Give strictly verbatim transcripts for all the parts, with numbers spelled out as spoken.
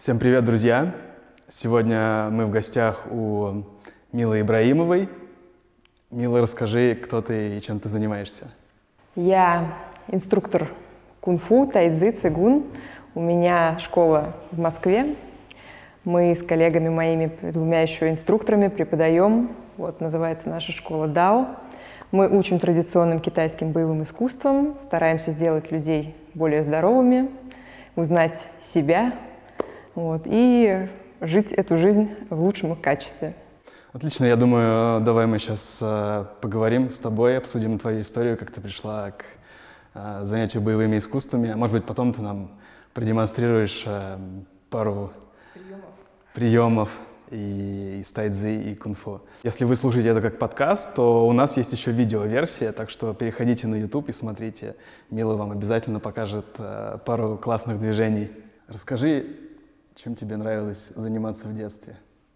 Всем привет, друзья! Сегодня мы в гостях у Милы Ибраимовой. Мила, расскажи, кто ты и чем ты занимаешься. Я инструктор кунг-фу, тайцзи, цигун. У меня школа в Москве. Мы с коллегами моими, двумя еще инструкторами, преподаем. Вот называется наша школа дао. Мы учим традиционным китайским боевым искусствам, стараемся сделать людей более здоровыми, узнать себя, вот, и жить эту жизнь в лучшем качестве. Отлично, я думаю, давай мы сейчас э, поговорим с тобой, обсудим твою историю, как ты пришла к э, занятию боевыми искусствами. Может быть, потом ты нам продемонстрируешь э, пару приемов, приемов и, из тайцзи, и кунг-фу. Если вы слушаете это как подкаст, то у нас есть еще видеоверсия, так что переходите на YouTube и смотрите. Мила вам обязательно покажет э, пару классных движений. Расскажи, чем тебе нравилось заниматься в детстве?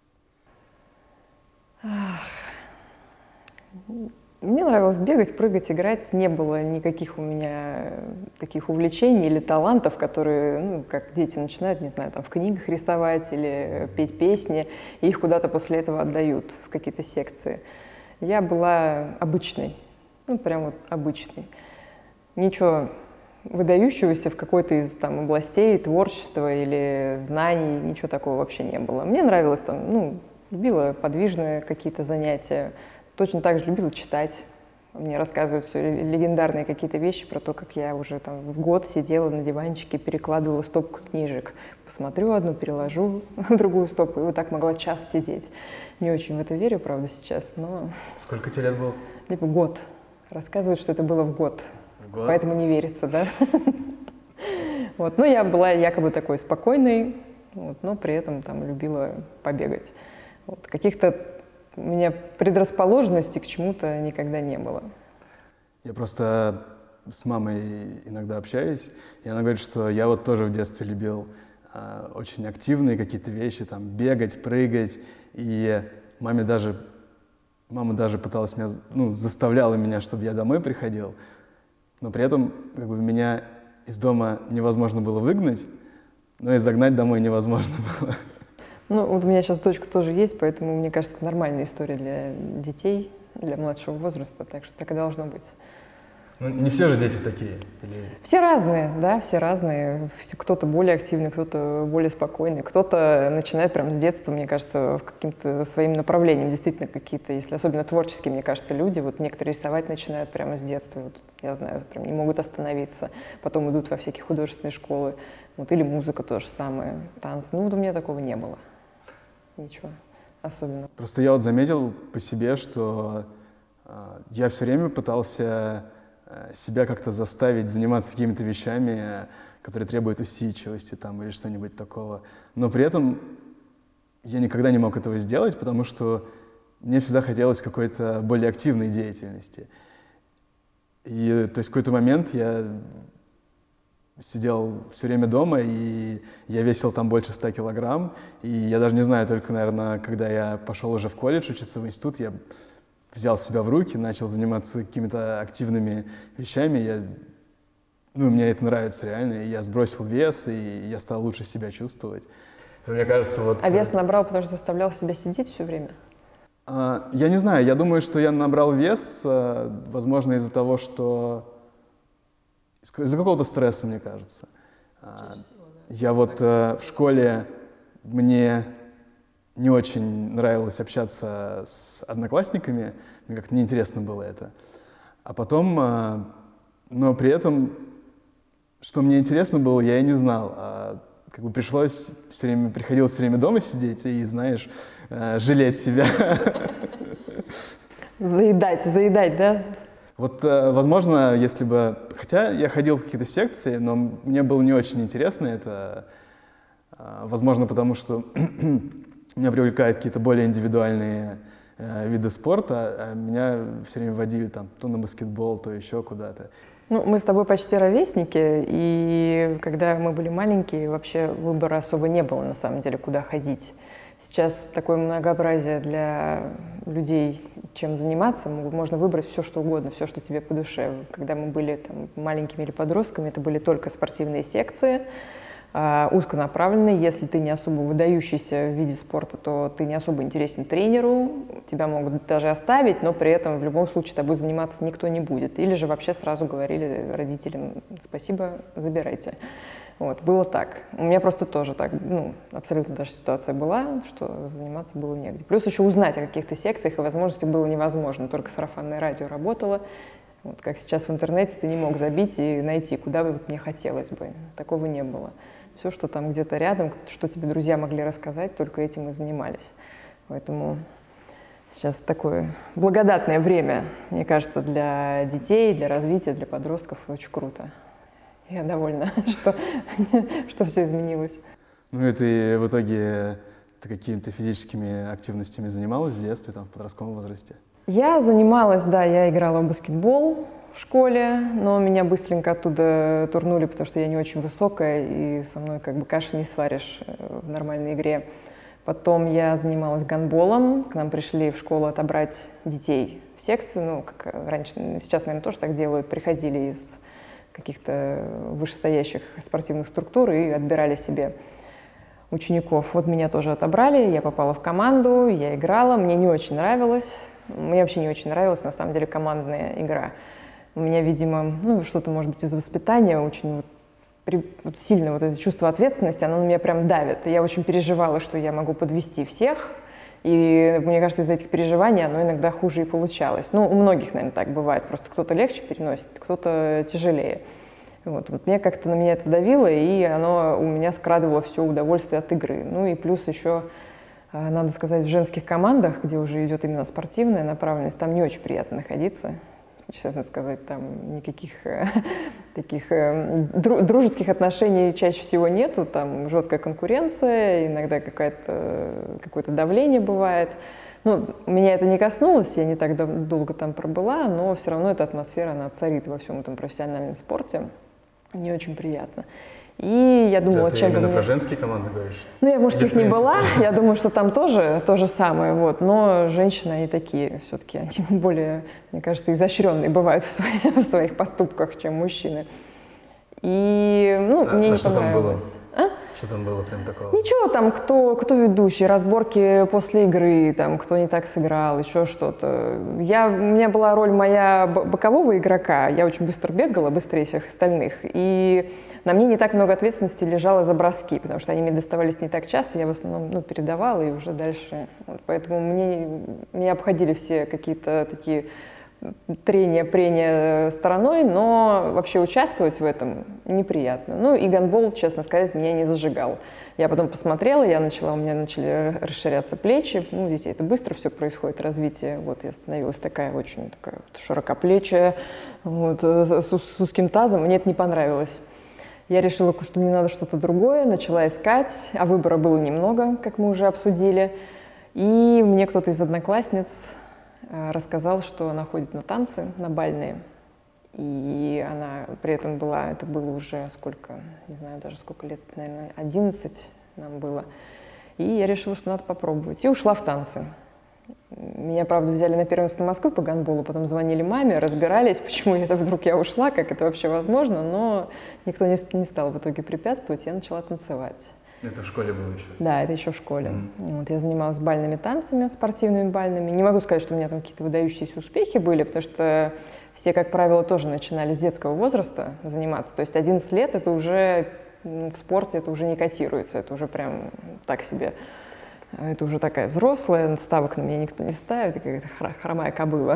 Мне нравилось бегать, прыгать, играть. Не было никаких у меня таких увлечений или талантов, которые, ну, как дети начинают, не знаю, там в книгах рисовать или петь песни, и их куда-то после этого отдают в какие-то секции. Я была обычной, ну, прям вот обычной. Ничего выдающегося в какой-то из там областей творчества или знаний, ничего такого вообще не было. Мне нравилось там, ну, любила подвижные какие-то занятия, точно так же любила читать. Мне рассказывают все легендарные какие-то вещи про то, как я уже там в год сидела на диванчике, перекладывала стопку книжек. Посмотрю одну, переложу в другую стопку, и вот так могла час сидеть. Не очень в это верю, правда, сейчас, но... Сколько тебе лет было? Либо год. Рассказывают, что это было в год. В год? Поэтому не верится, да? Вот. Но я была якобы такой спокойной, вот, но при этом там любила побегать. Вот. Каких-то у меня предрасположенностей к чему-то никогда не было. Я просто с мамой иногда общаюсь, и она говорит, что я вот тоже в детстве любил э, очень активные какие-то вещи, там, бегать, прыгать, и маме даже, мама даже пыталась меня, ну, заставляла меня, чтобы я домой приходил, но при этом как бы меня из дома невозможно было выгнать, но и загнать домой невозможно было. Ну, вот у меня сейчас дочка тоже есть, поэтому, мне кажется, это нормальная история для детей, для младшего возраста, так что так и должно быть. Ну, не все же дети такие? Или... Все разные, да, все разные. Кто-то более активный, кто-то более спокойный, кто-то начинает прямо с детства, мне кажется, в каким-то своим направлением, действительно какие-то, если особенно творческие, мне кажется, люди, вот некоторые рисовать начинают прямо с детства, вот, я знаю, прям не могут остановиться, потом идут во всякие художественные школы, вот, или музыка то же самое, танцы. Ну, вот у меня такого не было. Ничего особенного. Просто я вот заметил по себе, что э, я все время пытался э, себя как-то заставить заниматься какими-то вещами, э, которые требуют усидчивости там, или что-нибудь такого. Но при этом я никогда не мог этого сделать, потому что мне всегда хотелось какой-то более активной деятельности. И то есть в какой-то момент я сидел все время дома, и я весил там больше ста килограмм, и я даже не знаю, только, наверное, когда я пошел уже в колледж учиться, в институт, я взял себя в руки, начал заниматься какими-то активными вещами, я, ну, мне это нравится реально, и я сбросил вес, и я стал лучше себя чувствовать. Мне кажется, вот... А вес набрал, потому что заставлял себя сидеть все время? А, я не знаю, я думаю, что я набрал вес, возможно, из-за того, что из-за какого-то стресса, мне кажется. Всего, да. Я вот э, в школе, мне не очень нравилось общаться с одноклассниками, мне как-то неинтересно было это. А потом, э, но при этом, что мне интересно было, я и не знал. А как бы пришлось все время, приходилось все время дома сидеть и, знаешь, э, жалеть себя. Заедать, заедать, да? Вот, возможно, если бы... Хотя я ходил в какие-то секции, но мне было не очень интересно это. Возможно, потому что меня привлекают какие-то более индивидуальные виды спорта, а меня все время водили там то на баскетбол, то еще куда-то. Ну, мы с тобой почти ровесники, и когда мы были маленькие, вообще выбора особо не было, на самом деле, куда ходить. Сейчас такое многообразие для людей, чем заниматься, можно выбрать все, что угодно, все, что тебе по душе. Когда мы были там маленькими или подростками, это были только спортивные секции, э, узконаправленный. Если ты не особо выдающийся в виде спорта, то ты не особо интересен тренеру, тебя могут даже оставить, но при этом в любом случае тобой заниматься никто не будет. Или же вообще сразу говорили родителям: спасибо, забирайте. Вот, было так. У меня просто тоже так, ну, абсолютно та же ситуация была, что заниматься было негде. Плюс еще узнать о каких-то секциях и возможностях было невозможно. Только сарафанное радио работало. Вот, как сейчас в интернете ты не мог забить и найти, куда бы вот мне хотелось бы. Такого не было. Все, что там где-то рядом, что тебе друзья могли рассказать, только этим и занимались. Поэтому сейчас такое благодатное время, мне кажется, для детей, для развития, для подростков. Очень круто. Я довольна, что, что все изменилось. Ну и ты в итоге ты какими-то физическими активностями занималась в детстве, там, в подростковом возрасте? Я занималась, да, я играла в баскетбол в школе, но меня быстренько оттуда турнули, потому что я не очень высокая, и со мной как бы каши не сваришь в нормальной игре. Потом я занималась гандболом, к нам пришли в школу отобрать детей в секцию, ну, как раньше, сейчас, наверное, тоже так делают, приходили из каких-то вышестоящих спортивных структур и отбирали себе учеников. Вот меня тоже отобрали, я попала в команду, я играла, мне не очень нравилось, мне вообще не очень нравилась, на самом деле, командная игра. У меня, видимо, ну, что-то, может быть, из воспитания очень вот, при, вот сильно вот это чувство ответственности, оно на меня прям давит. И я очень переживала, что я могу подвести всех, и мне кажется, из-за этих переживаний оно иногда хуже и получалось. Ну, у многих, наверное, так бывает. Просто кто-то легче переносит, кто-то тяжелее. Вот. Вот мне как-то на меня это давило, и оно у меня скрадывало все удовольствие от игры. Ну и плюс еще, надо сказать, в женских командах, где уже идет именно спортивная направленность, там не очень приятно находиться. Честно сказать, там никаких таких дружеских отношений чаще всего нету, там жесткая конкуренция, иногда какое-то, какое-то давление бывает. Ну, меня это не коснулось, я не так долго там пробыла, но все равно эта атмосфера, она царит во всем этом профессиональном спорте. Не очень приятно. И я думала, да, чем ты именно мне... про женские команды говоришь? Ну, я, может, Или их не была, я думаю, что там тоже то же самое, вот. Но женщины, они такие все-таки, они более, мне кажется, изощренные бывают в, свои, в своих поступках, чем мужчины. И, ну, а, мне а не что понравилось. Там было? А? Что там было прям такого? Ничего, там, кто, кто ведущий, разборки после игры, там, кто не так сыграл, еще что-то. Я, у меня была роль моя бокового игрока, я очень быстро бегала, быстрее всех остальных, и на мне не так много ответственности лежало за броски, потому что они мне доставались не так часто, я в основном, ну, передавала и уже дальше. Вот, поэтому мне не обходили все какие-то такие трения, прения стороной, но вообще участвовать в этом неприятно. Ну и гандбол, честно сказать, меня не зажигал. Я потом посмотрела, я начала, у меня начали расширяться плечи. Ну, у детей это быстро все происходит, развитие. Вот я становилась такая очень такая вот широкоплечая, вот, с, с узким тазом. Мне это не понравилось. Я решила, что мне надо что-то другое, начала искать, а выбора было немного, как мы уже обсудили. И мне кто-то из одноклассниц рассказал, что она ходит на танцы, на бальные. И она при этом была, это было уже сколько, не знаю даже сколько лет, наверное, одиннадцать нам было. И я решила, что надо попробовать. И ушла в танцы. Меня, правда, взяли на первенство Москвы по гандболу, потом звонили маме, разбирались, почему это вдруг я ушла, как это вообще возможно, но никто не, не стал в итоге препятствовать, я начала танцевать. Это в школе было еще? Да, это еще в школе. Mm-hmm. Вот, я занималась бальными танцами, спортивными бальными. Не могу сказать, что у меня там какие-то выдающиеся успехи были, потому что все, как правило, тоже начинали с детского возраста заниматься. То есть одиннадцать лет это уже в спорте это уже не котируется, это уже прям так себе. Это уже такая взрослая, ставок на меня никто не ставит, какая-то хромая кобыла.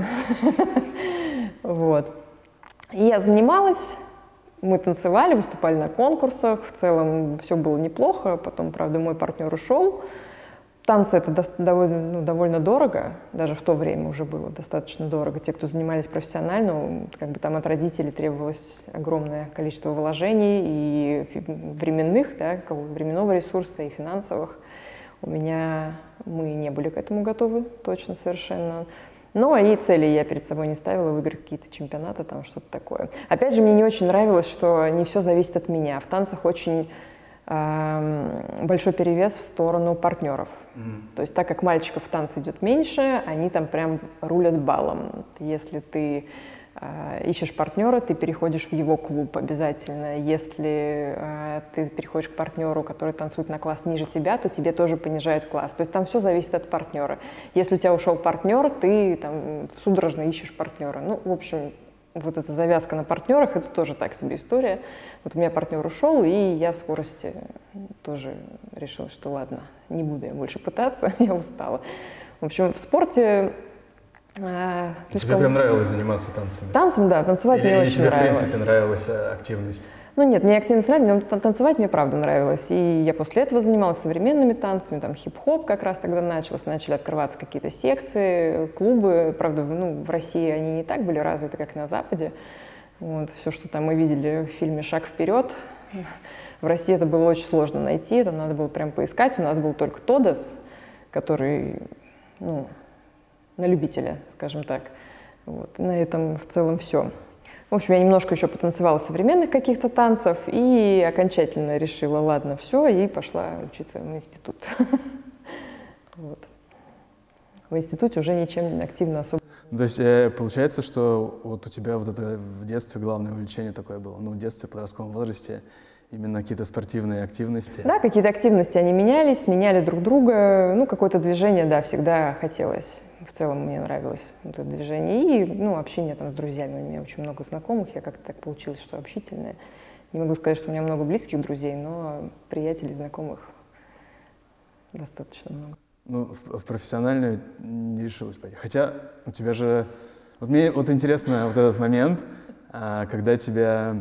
Вот. И я занималась. Мы танцевали, выступали на конкурсах, в целом все было неплохо, потом, правда, мой партнер ушел. Танцы — это до, довольно, ну, довольно дорого, даже в то время уже было достаточно дорого. Те, кто занимались профессионально, как бы там от родителей требовалось огромное количество вложений и временных, да, временного ресурса и финансовых. У меня мы не были к этому готовы, точно, совершенно. Но и цели я перед собой не ставила, выиграть какие-то чемпионаты, там что-то такое. Опять же, мне не очень нравилось, что не все зависит от меня. В танцах очень э, большой перевес в сторону партнеров. Mm-hmm. То есть так как мальчиков в танце идет меньше, они там прям рулят балом. Если ты ищешь партнера, ты переходишь в его клуб обязательно. Если э, ты переходишь к партнеру, который танцует на класс ниже тебя, то тебе тоже понижают класс. То есть там все зависит от партнера. Если у тебя ушел партнер, ты там судорожно ищешь партнера. Ну, в общем, вот эта завязка на партнерах, это тоже так себе история. Вот у меня партнер ушел, и я в скорости тоже решила, что ладно, не буду я больше пытаться, я устала. В общем, в спорте А, слишком... Тебе прям нравилось заниматься танцами? Танцем, да, танцевать или, мне или очень тебе, нравилось. в принципе, нравилась активность? Ну нет, мне активность нравилась, но танцевать мне правда нравилось. И я после этого занималась современными танцами, там хип-хоп как раз тогда началось, начали открываться какие-то секции, клубы. Правда, ну, в России они не так были развиты, как на Западе. Вот, все, что там мы видели в фильме «Шаг вперед», в России это было очень сложно найти, это надо было прям поискать. У нас был только Тодос, который, ну, на любителя, скажем так. Вот. На этом в целом все. В общем, я немножко еще потанцевала современных каких-то танцев и окончательно решила, ладно, все, и пошла учиться в институт. Вот. В институте уже ничем активно особо. То есть получается, что вот у тебя вот это в детстве главное увлечение такое было, ну, в детстве, в подростковом возрасте, именно какие-то спортивные активности? Да, какие-то активности, они менялись, меняли друг друга, ну, какое-то движение, да, всегда хотелось. В целом мне нравилось это движение и, ну, общение там с друзьями. У меня очень много знакомых, я как-то так получилось, что общительная. Не могу сказать, что у меня много близких друзей, но приятелей, знакомых достаточно много. Ну, в, в профессиональную не решилась пойти. Хотя у тебя же... Вот мне вот интересно вот этот момент, когда тебя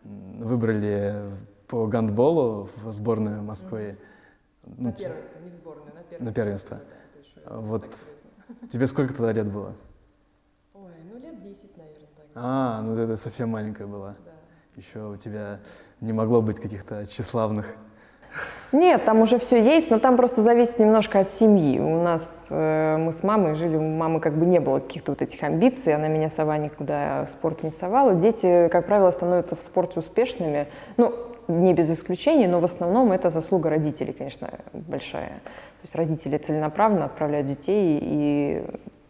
выбрали по гандболу в сборную Москвы. Mm-hmm. Ну, на первенство, не в сборную, на первенство. На первенство. Да, вот. Тебе сколько тогда лет было? Ой, ну лет десять, наверное. Тогда. А, ну это совсем маленькая была. Да. Еще у тебя не могло быть каких-то тщеславных. Нет, там уже все есть, но там просто зависит немножко от семьи. У нас, э, мы с мамой жили, у мамы как бы не было каких-то вот этих амбиций, она меня сова никуда в спорт не совала. Дети, как правило, становятся в спорте успешными, ну, не без исключений, но в основном это заслуга родителей, конечно, большая. То есть родители целенаправленно отправляют детей и,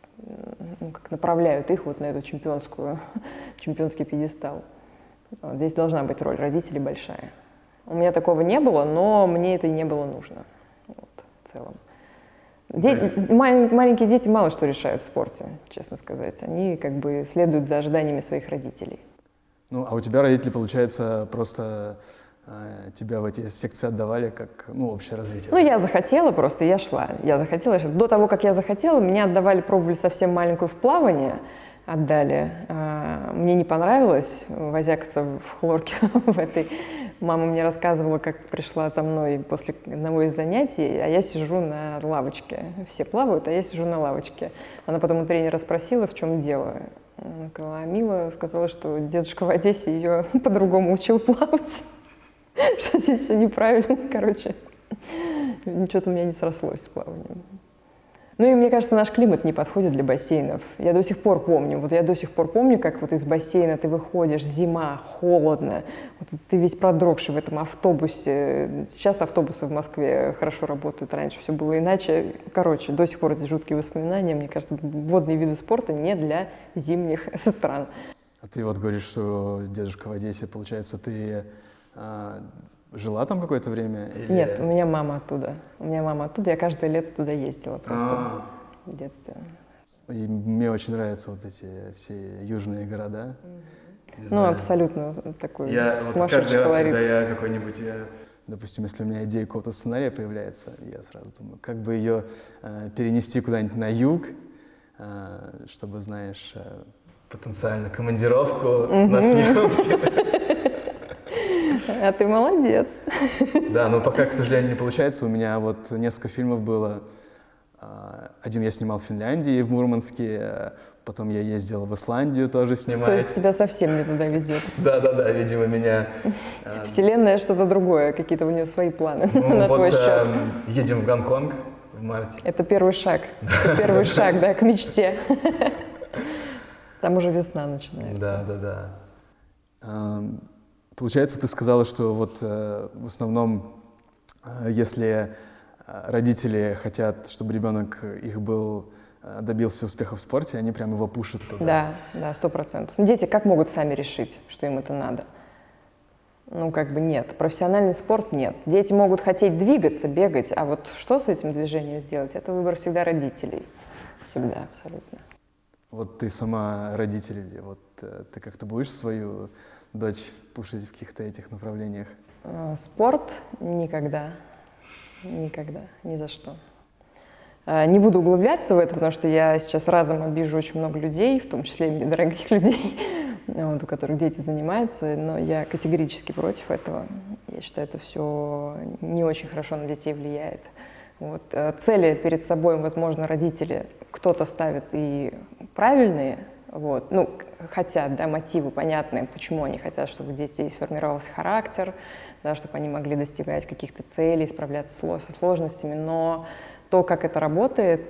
ну, как направляют их вот на эту чемпионскую, чемпионский пьедестал. Здесь должна быть роль родителей большая. У меня такого не было, но мне это и не было нужно. Вот, в целом. Дети, есть... мал, маленькие дети мало что решают в спорте, честно сказать. Они как бы следуют за ожиданиями своих родителей. Ну, а у тебя родители, получается, просто э, тебя в эти секции отдавали как, ну, общее развитие? Ну, я захотела просто, я шла. Я захотела. До того, как я захотела, меня отдавали, пробовали совсем маленькую в плавание. Отдали. Мне не понравилось возякаться в хлорке в этой. Мама мне рассказывала, как пришла за мной после одного из занятий, а я сижу на лавочке. Все плавают, а я сижу на лавочке. Она потом у тренера спросила, в чем дело. Она сказала, а Мила сказала, что дедушка в Одессе ее по-другому учил плавать. Что здесь все неправильно, короче. Ничего-то у меня не срослось с плаванием. Ну и мне кажется, наш климат не подходит для бассейнов. Я до сих пор помню, вот я до сих пор помню, как вот из бассейна ты выходишь, зима, холодно, вот ты весь продрогший в этом автобусе. Сейчас автобусы в Москве хорошо работают, раньше все было иначе. Короче, до сих пор эти жуткие воспоминания. Мне кажется, водные виды спорта не для зимних стран. А ты вот говоришь, что дедушка в Одессе, получается, ты... А... Жила там какое-то время? Или... Нет, у меня мама оттуда. У меня мама оттуда, я каждое лето туда ездила просто А-а-а. в детстве. И мне очень нравятся вот эти все южные города. Mm-hmm. Ну, абсолютно такой я, сумасшедший вот каждый колорит. раз, когда я какой-нибудь, я, допустим, если у меня идея какого-то сценария появляется, я сразу думаю, как бы ее э, перенести куда-нибудь на юг, э, чтобы, знаешь, э, потенциально командировку mm-hmm. на съемки. А ты молодец. Да, но пока, к сожалению, не получается. У меня вот несколько фильмов было. Один я снимал в Финляндии, в Мурманске, потом я ездил в Исландию тоже снимать. То есть тебя совсем не туда ведет? Да-да-да, видимо, меня... Вселенная что-то другое, какие-то у нее свои планы ну, на вот, твой счет. Э, едем в Гонконг в марте. Это первый шаг. Это первый шаг, да, к мечте. Там уже весна начинается. Да-да-да. Получается, ты сказала, что вот э, в основном, э, если родители хотят, чтобы ребенок их был добился успеха в спорте, они прям его пушат туда. Да, да, сто процентов. Дети как могут сами решить, что им это надо? Ну, как бы нет. Профессиональный спорт нет. Дети могут хотеть двигаться, бегать, а вот что с этим движением сделать, это выбор всегда родителей. Всегда, абсолютно. Вот ты сама родитель, вот ты как-то будешь свою дочь пушить в каких-то этих направлениях? Спорт никогда. Никогда. Ни за что. Не буду углубляться в это, потому что я сейчас разом обижу очень много людей, в том числе и мне дорогих людей, вот, у которых дети занимаются, но я категорически против этого. Я считаю, это все не очень хорошо на детей влияет. Вот. Цели перед собой, возможно, родители кто-то ставит и правильные, вот, ну, хотят, да, мотивы понятные, почему они хотят, чтобы у детей сформировался характер, да, чтобы они могли достигать каких-то целей, справляться со сложностями, но то, как это работает,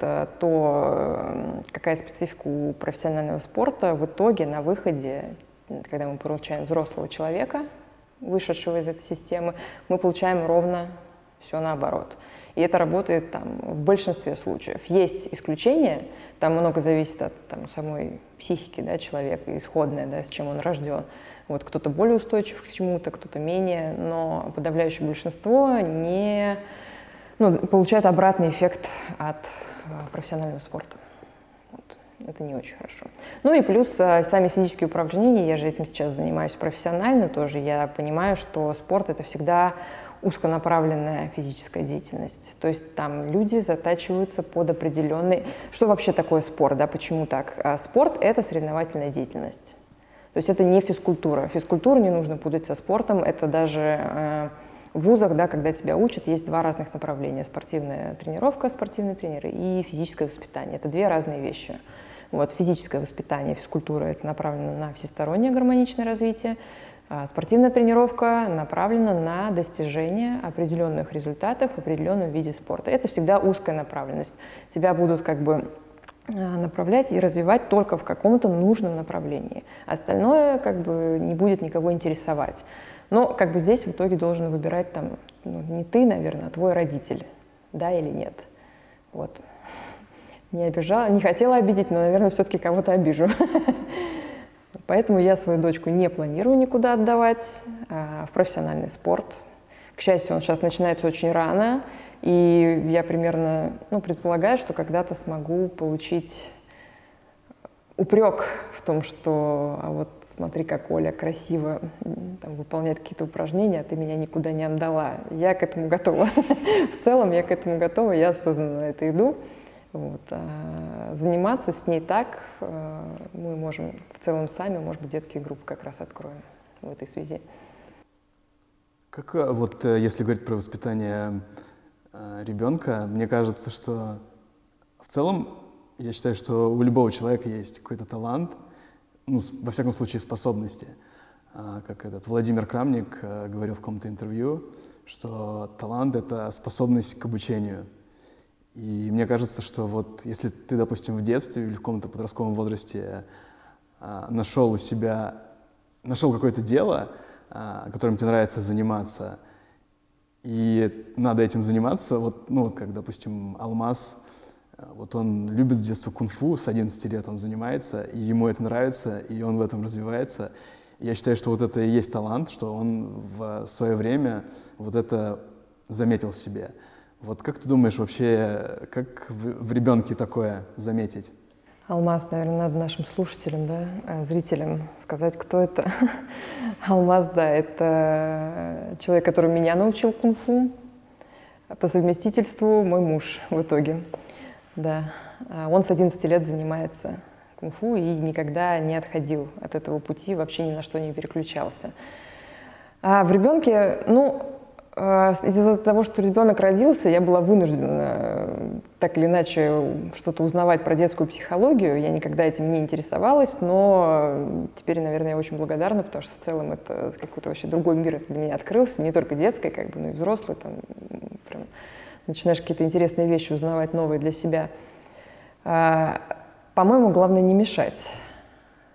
то, какая специфика у профессионального спорта, в итоге на выходе, когда мы получаем взрослого человека, вышедшего из этой системы, мы получаем ровно все наоборот. И это работает там, в большинстве случаев. Есть исключения, там много зависит от там, самой психики, да, человека, исходное, да, с чем он рожден. Вот, кто-то более устойчив к чему-то, кто-то менее, но подавляющее большинство не, ну, получает обратный эффект от а, профессионального спорта. Вот. Это не очень хорошо. Ну и плюс а, сами физические упражнения, я же этим сейчас занимаюсь профессионально тоже, я понимаю, что спорт — это всегда узконаправленная физическая деятельность. То есть там люди затачиваются под определенный... Что вообще такое спорт? Да? Почему так? А спорт — это соревновательная деятельность. То есть это не физкультура. Физкультуру не нужно путать со спортом. Это даже э, в вузах, да, когда тебя учат, есть два разных направления. Спортивная тренировка, спортивные тренеры, и физическое воспитание. Это две разные вещи. Вот, физическое воспитание, физкультура — это направлено на всестороннее гармоничное развитие. Спортивная тренировка направлена на достижение определенных результатов в определенном виде спорта. Это всегда узкая направленность. Тебя будут как бы направлять и развивать только в каком-то нужном направлении. Остальное как бы не будет никого интересовать. Но как бы здесь в итоге должен выбирать там, ну, не ты, наверное, а твой родитель, да или нет. Вот. Не обижала, не хотела обидеть, но, наверное, все-таки кого-то обижу. Поэтому я свою дочку не планирую никуда отдавать а, в профессиональный спорт. К счастью, он сейчас начинается очень рано, и я примерно ну, предполагаю, что когда-то смогу получить упрек в том, что а вот смотри, как Оля красиво там, выполняет какие-то упражнения, а ты меня никуда не отдала. Я к этому готова. В целом я к этому готова, я осознанно на это иду. Вот. А заниматься с ней так а, мы можем в целом сами, может быть, детские группы как раз откроем в этой связи. Как вот если говорить про воспитание а, ребенка, мне кажется, что в целом я считаю, что у любого человека есть какой-то талант, ну, во всяком случае, способности. А, как этот Владимир Крамник а, говорил в каком-то интервью, что талант — это способность к обучению. И мне кажется, что вот если ты, допустим, в детстве или в каком-то подростковом возрасте а, нашел у себя, нашел какое-то дело, а, которым тебе нравится заниматься, и надо этим заниматься, вот, ну, вот как, допустим, Алмаз, вот он любит с детства кунг-фу, с одиннадцати лет он занимается, и ему это нравится, и он в этом развивается. И я считаю, что вот это и есть талант, что он в свое время вот это заметил в себе. Вот как ты думаешь вообще, как в, в ребенке такое заметить? Алмаз, наверное, надо нашим слушателям, да, зрителям сказать, кто это. Алмаз, да, это человек, который меня научил кунг-фу, по совместительству мой муж в итоге. Да. Он с одиннадцати лет занимается кунг-фу и никогда не отходил от этого пути, вообще ни на что не переключался. А в ребенке, ну, из-за того, что ребенок родился, я была вынуждена так или иначе что-то узнавать про детскую психологию. Я никогда этим не интересовалась, но теперь, наверное, я очень благодарна, потому что в целом это какой-то вообще другой мир для меня открылся, не только детский, как бы, но и взрослый. Там, прям, начинаешь какие-то интересные вещи узнавать, новые для себя. По-моему, главное не мешать.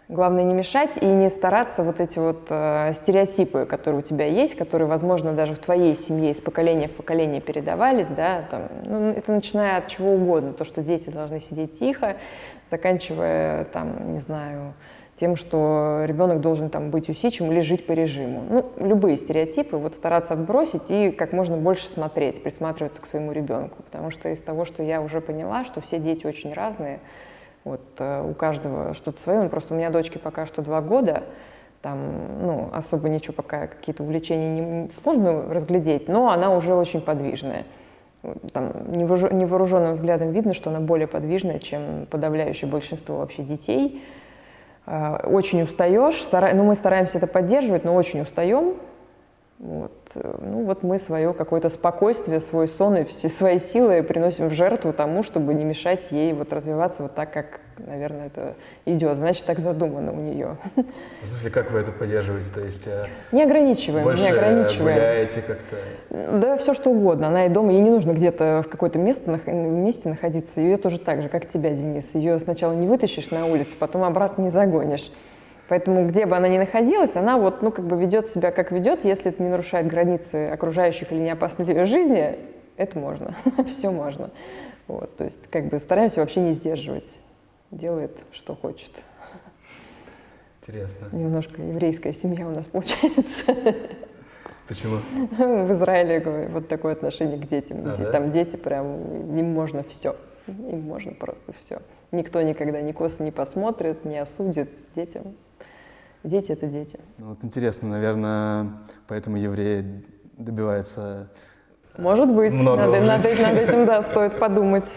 Главное не мешать и не стараться вот эти вот э, стереотипы, которые у тебя есть, которые, возможно, даже в твоей семье из поколения в поколение передавались, да, там, ну, это начиная от чего угодно, то, что дети должны сидеть тихо, заканчивая, там, не знаю, тем, что ребенок должен там быть усидчивым или жить по режиму. Ну, любые стереотипы, вот стараться отбросить и как можно больше смотреть, присматриваться к своему ребенку, потому что из того, что я уже поняла, что все дети очень разные. Вот, э, у каждого что-то свое. Ну, просто у меня дочке пока что два года, там, ну, особо ничего пока, какие-то увлечения не, сложно разглядеть, но она уже очень подвижная. Там, невооруженным взглядом видно, что она более подвижная, чем подавляющее большинство вообще детей. Э, очень устаешь, стара... ну, мы стараемся это поддерживать, но очень устаем. Вот. Ну вот мы свое какое-то спокойствие, свой сон и все свои силы приносим в жертву тому, чтобы не мешать ей вот развиваться вот так, как, наверное, это идет. Значит, так задумано у нее. В смысле, как вы это поддерживаете? То есть не ограничиваем, больше не ограничиваем. гуляете как-то? Да, все что угодно. Она и дома, ей не нужно где-то в какое-то место, месте находиться. Ее тоже так же, как тебя, Денис. Ее сначала не вытащишь на улицу, потом обратно не загонишь. Поэтому где бы она ни находилась, она вот, ну, как бы ведет себя, как ведет. Если это не нарушает границы окружающих или не опасно для ее жизни, это можно. Все можно. Вот, то есть как бы стараемся вообще не сдерживать. Делает, что хочет. Интересно. Немножко еврейская семья у нас получается. Почему? В Израиле вот такое отношение к детям. А, Де- да? Там дети прям, им можно все. Им можно просто все. Никто никогда ни косо не посмотрит, не осудит детям. Дети — это дети. Ну, вот интересно, наверное, поэтому евреи добиваются Может быть. много Надо, в над, жизни. над этим, да, стоит подумать.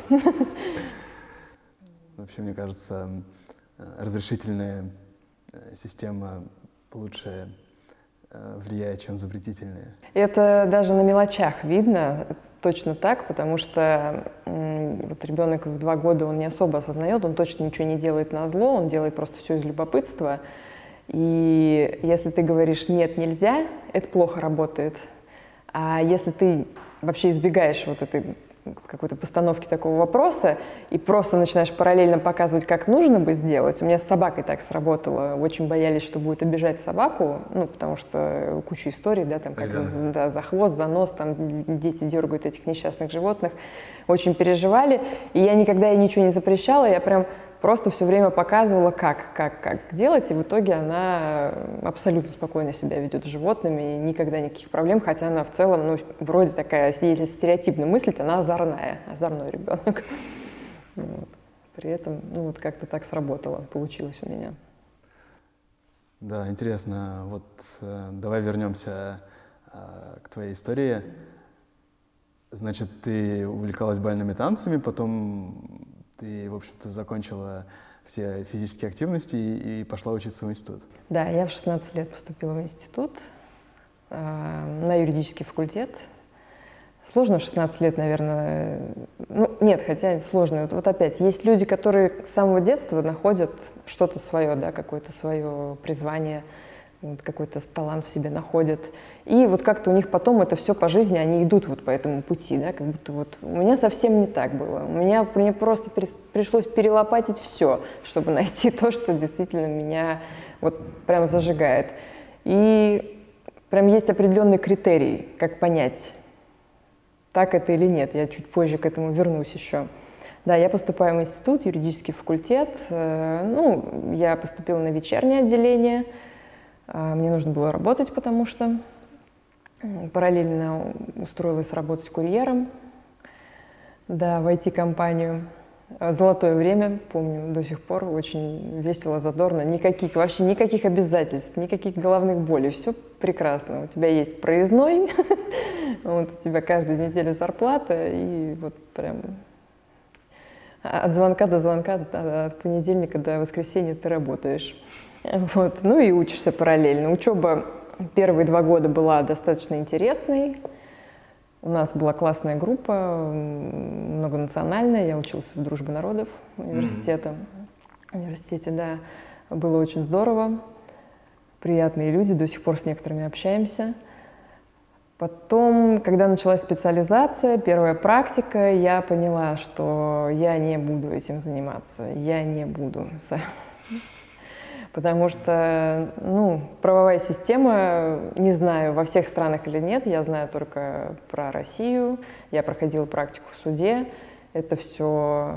Вообще, мне кажется, разрешительная система лучше влияет, чем запретительная. Это даже на мелочах видно, это точно так, потому что м, вот ребенок в два года, он не особо осознает, он точно ничего не делает назло, он делает просто все из любопытства. И если ты говоришь «нет, нельзя», это плохо работает. А если ты вообще избегаешь вот этой какой-то постановки такого вопроса и просто начинаешь параллельно показывать, как нужно бы сделать. У меня с собакой так сработало. Очень боялись, что будет обижать собаку, ну, потому что куча историй, да, там, как за, да, за хвост, за нос, там, дети дергают этих несчастных животных. Очень переживали. И я никогда ей ничего не запрещала, я прям просто все время показывала, как, как, как делать, и в итоге она абсолютно спокойно себя ведет с животными, и никогда никаких проблем, хотя она в целом, ну, вроде такая, если стереотипно мыслить, она озорная, озорной ребенок. Вот. При этом, ну, вот как-то так сработало, получилось у меня. Да, интересно. Вот э, давай вернемся э, к твоей истории. Значит, ты увлекалась бальными танцами, потом ты, в общем-то, закончила все физические активности и, и пошла учиться в институт. Да, я в шестнадцать лет поступила в институт, э, на юридический факультет. Сложно в шестнадцать лет, наверное. Ну, нет, хотя сложно. Вот, вот опять, есть люди, которые с самого детства находят что-то свое, да, какое-то свое призвание, вот, какой-то талант в себе находят. И вот как-то у них потом это все по жизни, они идут вот по этому пути, да, как будто вот у меня совсем не так было. У меня, мне просто перес, пришлось перелопатить все, чтобы найти то, что действительно меня вот прям зажигает. И прям есть определенный критерий, как понять, так это или нет. Я чуть позже к этому вернусь еще. Да, я поступаю в институт, юридический факультет. Ну, я поступила на вечернее отделение. Мне нужно было работать, потому что параллельно устроилась работать курьером, да, в ай ти-компанию. Золотое время, помню до сих пор, очень весело, задорно, никаких, вообще никаких обязательств, никаких головных болей, все прекрасно. У тебя есть проездной, вот у тебя каждую неделю зарплата, и вот прям от звонка до звонка, от понедельника до воскресенья ты работаешь. Вот. Ну и учишься параллельно. Учеба первые два года была достаточно интересной. У нас была классная группа, многонациональная. Я училась в Дружбе народов университета. Mm-hmm. университете, да. Было очень здорово. Приятные люди, до сих пор с некоторыми общаемся. Потом, когда началась специализация, первая практика, я поняла, что я не буду этим заниматься. Я не буду. Потому что, ну, правовая система, не знаю, во всех странах или нет, я знаю только про Россию, я проходила практику в суде. Это все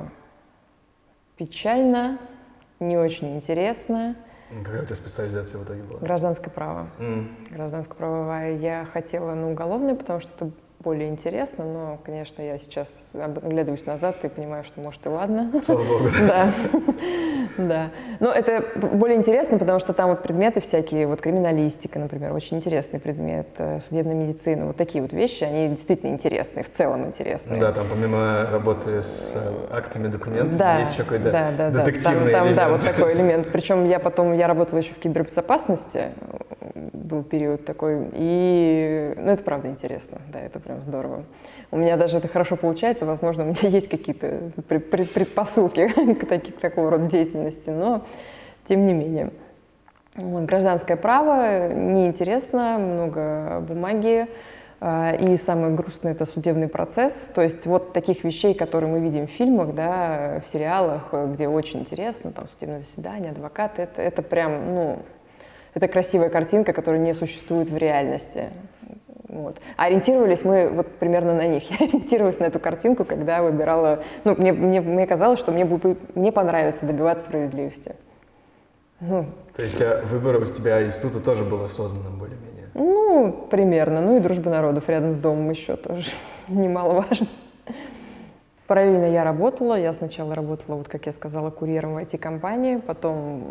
печально, не очень интересно. Какая у тебя специализация в итоге была? Гражданское право. Mm. Гражданско-правовая. Я хотела на уголовное, потому что это более интересно, но, конечно, я сейчас оглядываюсь назад и понимаю, что, может, и ладно. Слава богу. Да, да. Но это более интересно, потому что там вот предметы всякие, вот криминалистика, например, очень интересный предмет, судебная медицина, вот такие вот вещи, они действительно интересные, в целом интересные. Да, там помимо работы с актами, документами, да, есть еще какой-то да, да, детективный да. Там, элемент. Да, вот такой элемент. Причем я потом, я работала еще в кибербезопасности, был период такой, и, ну, это правда интересно, да, это прям здорово. У меня даже это хорошо получается, возможно, у меня есть какие-то предпосылки к, таки, к такого рода деятельности, но тем не менее. Вот, гражданское право неинтересно, много бумаги, и самое грустное — это судебный процесс. То есть вот таких вещей, которые мы видим в фильмах, да, в сериалах, где очень интересно, там судебное заседание, адвокаты, это, это прям, ну, это красивая картинка, которая не существует в реальности. Вот. А ориентировались мы вот примерно на них. Я ориентировалась на эту картинку, когда выбирала... Ну, мне, мне, мне казалось, что мне, мне понравится добиваться справедливости. Ну. То есть а выбор у тебя института тоже был осознанным более-менее? Ну, примерно. Ну и дружба народов рядом с домом еще тоже немаловажно. Параллельно я работала. Я сначала работала, вот как я сказала, курьером в ай ти-компании, потом...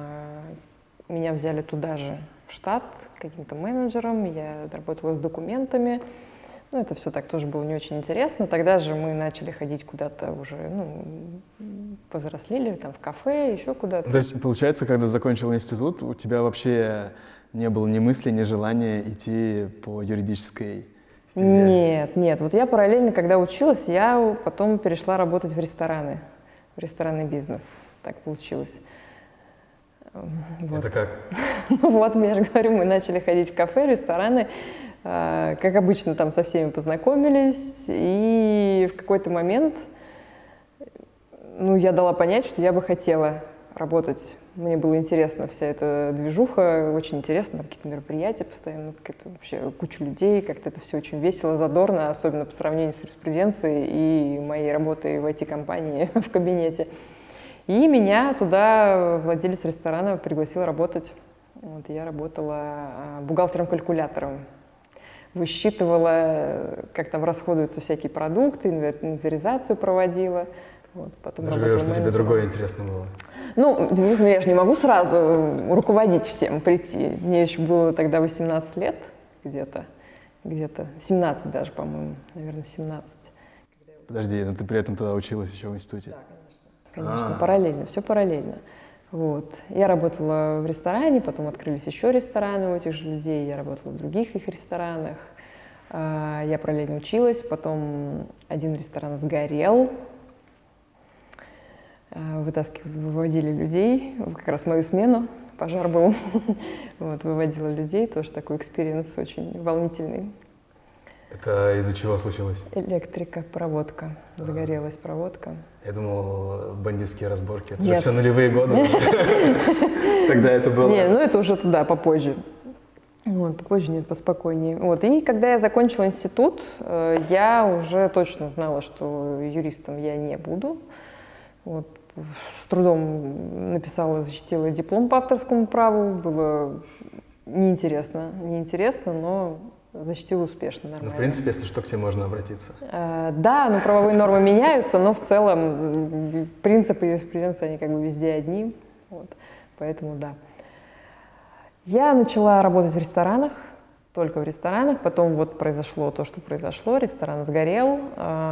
Меня взяли туда же, в штат, каким-то менеджером, я работала с документами. Ну, это все так тоже было не очень интересно. Тогда же мы начали ходить куда-то уже, ну, повзрослели, там, в кафе, еще куда-то. То есть, получается, когда закончил институт, у тебя вообще не было ни мысли, ни желания идти по юридической стезе? Нет, нет. Вот я параллельно, когда училась, я потом перешла работать в рестораны, в ресторанный бизнес. Так получилось. Вот. Это как? Ну вот, я же говорю, мы начали ходить в кафе, рестораны, э, как обычно, там со всеми познакомились, и в какой-то момент, ну, я дала понять, что я бы хотела работать. Мне было интересно вся эта движуха, очень интересно, какие-то мероприятия постоянно, какая-то вообще куча людей, как-то это все очень весело, задорно, особенно по сравнению с юриспруденцией и моей работой в ай ти-компании в кабинете. И меня туда владелец ресторана пригласил работать. Вот, я работала бухгалтером-калькулятором. Высчитывала, как там расходуются всякие продукты, инвентаризацию проводила. Вот, потом Ты же говорила, что тебе другое интересно было. Ну, ну, я же не могу сразу руководить всем, прийти. Мне еще было тогда восемнадцать лет где-то, где-то семнадцать даже, по-моему, наверное, семнадцать. Подожди, но ты при этом тогда училась еще в институте? Да, конечно. Конечно, параллельно, все параллельно. Вот. Я работала в ресторане, потом открылись еще рестораны у этих же людей, я работала в других их ресторанах. Я параллельно училась, потом один ресторан сгорел, вытаскивали, выводили людей, как раз в мою смену, пожар был, вот, выводила людей, тоже такой экспириенс очень волнительный. Это из-за чего случилось? Электрика, проводка, загорелась проводка. Я думал, бандитские разборки. Это Нет. же все нулевые годы. Тогда это было... Не, ну это уже туда, попозже. Вот, попозже, нет, поспокойнее. Вот. И когда я закончила институт, я уже точно знала, что юристом я не буду. Вот. С трудом написала, защитила диплом по авторскому праву. Было неинтересно, неинтересно, но защитила успешно, нормально. Ну, в принципе, если что, к тебе можно обратиться. А, да, ну, правовые нормы меняются, но в целом принципы юриспруденции, они как бы везде одни. Вот. Поэтому да. Я начала работать в ресторанах, только в ресторанах. Потом вот произошло то, что произошло. Ресторан сгорел.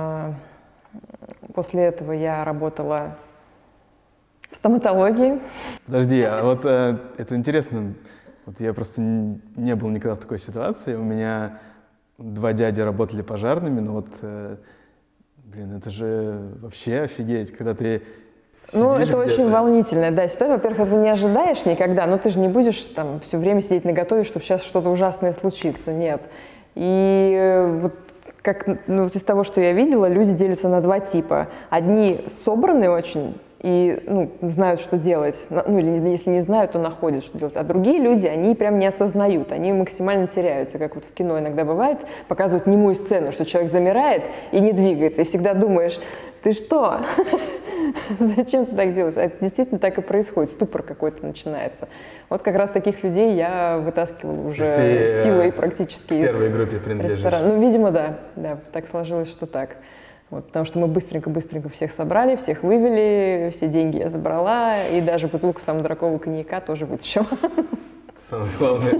После этого я работала в стоматологии. Подожди, а вот э, это интересно. Вот я просто не был никогда в такой ситуации. У меня два дяди работали пожарными, но вот, э, блин, это же вообще офигеть, когда ты Ну, это где-то. очень волнительная, да, ситуация. Во-первых, этого не ожидаешь никогда, но ты же не будешь там все время сидеть наготове, чтобы сейчас что-то ужасное случится, нет. И э, вот как, ну, из того, что я видела, люди делятся на два типа. Одни собранные очень, и ну, знают, что делать. Ну, или если не знают, то находят, что делать. А другие люди, они прям не осознают, они максимально теряются. Как вот в кино иногда бывает, показывают немую сцену, что человек замирает и не двигается. И всегда думаешь, ты что? Зачем ты так делаешь? А это действительно так и происходит, ступор какой-то начинается. Вот как раз таких людей я вытаскивала уже ты, силой практически в первой из группе принадлежишь. ресторана. Ну, видимо, да, да, так сложилось, что так. Вот, потому что мы быстренько-быстренько всех собрали, всех вывели, все деньги я забрала, и даже бутылку самого дорогого коньяка тоже вытащила. Самое главное.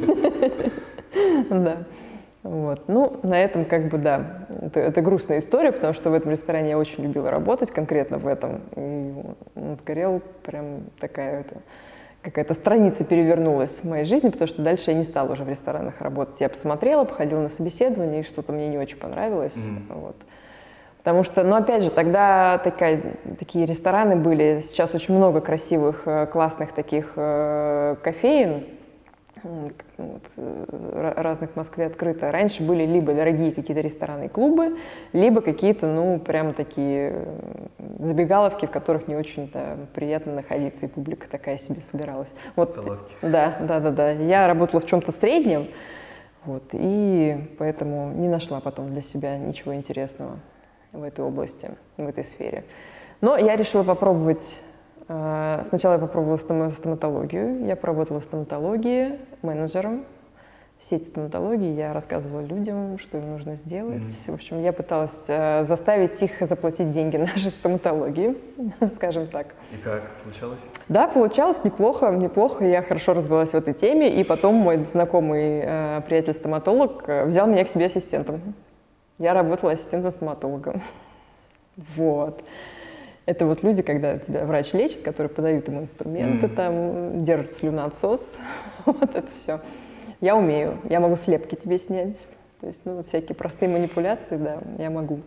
Да. Вот. Ну, на этом как бы, да, это, это грустная история, потому что в этом ресторане я очень любила работать, конкретно в этом. И он сгорел, прям такая это, какая-то страница перевернулась в моей жизни, потому что дальше я не стала уже в ресторанах работать. Я посмотрела, походила на собеседование, и что-то мне не очень понравилось. Mm-hmm. Вот. Потому что, ну, опять же, тогда такая, такие рестораны были, сейчас очень много красивых, классных таких э, кофеин, вот, разных в Москве открыто. Раньше были либо дорогие какие-то рестораны и клубы, либо какие-то, ну, прям такие забегаловки, в которых не очень-то приятно находиться, и публика такая себе собиралась. Вот, столовки. Да, да, да, да. Я работала в чем-то среднем, вот, и поэтому не нашла потом для себя ничего интересного в этой области, в этой сфере. Но я решила попробовать. Сначала я попробовала стоматологию. Я поработала в стоматологии менеджером. Сеть стоматологии. Я рассказывала людям, что им нужно сделать. Mm-hmm. В общем, я пыталась заставить их заплатить деньги нашей стоматологии, скажем так. И как? Получалось? Да, получалось неплохо, неплохо. Я хорошо разбиралась в этой теме. И потом мой знакомый э, приятель-стоматолог взял меня к себе ассистентом. Я работала ассистентом стоматолога. Вот. Это вот люди, когда тебя врач лечит, которые подают ему инструменты, mm. там, держат слюноотсос, вот это все. Я умею, я могу слепки тебе снять, то есть, ну, всякие простые манипуляции, да, я могу.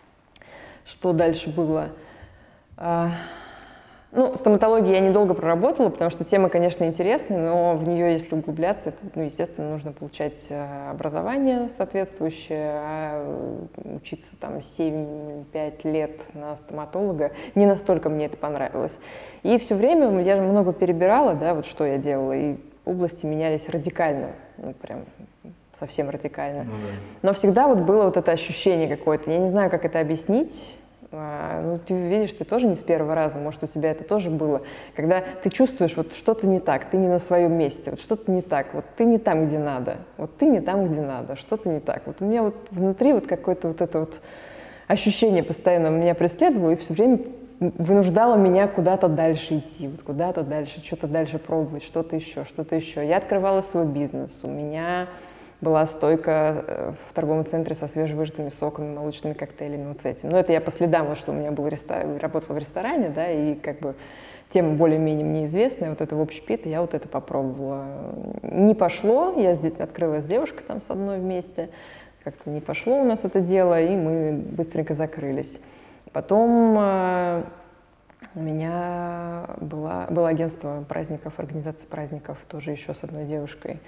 Что дальше было? А, ну, стоматологию я недолго проработала, потому что тема, конечно, интересная, но в нее, если углубляться, это, ну, естественно, нужно получать образование соответствующее, а учиться там семь-пять лет на стоматолога, не настолько мне это понравилось. И все время я много перебирала, да, вот что я делала, и области менялись радикально, ну, прям совсем радикально. Ну, да. Но всегда вот было вот это ощущение какое-то, я не знаю, как это объяснить. Ну, ты видишь, ты тоже не с первого раза, может, у тебя это тоже было, когда ты чувствуешь, вот что-то не так, ты не на своем месте, вот что-то не так, вот ты не там, где надо, вот ты не там, где надо, что-то не так. Вот у меня вот внутри вот какое-то вот это вот ощущение постоянно меня преследовало и все время вынуждало меня куда-то дальше идти, вот куда-то дальше, что-то дальше пробовать, что-то еще, что-то еще. Я открывала свой бизнес, у меня была стойка в торговом центре со свежевыжатыми соками, молочными коктейлями, вот с этим. Но это я по следам, вот, что у меня был рестор... работала в ресторане, да, и как бы тема более-менее мне известная, вот это в общепит, и я вот это попробовала. Не пошло, я открыла с девушкой там с одной вместе, как-то не пошло у нас это дело, и мы быстренько закрылись. Потом э, у меня была, было агентство праздников, организация праздников, тоже еще с одной девушкой.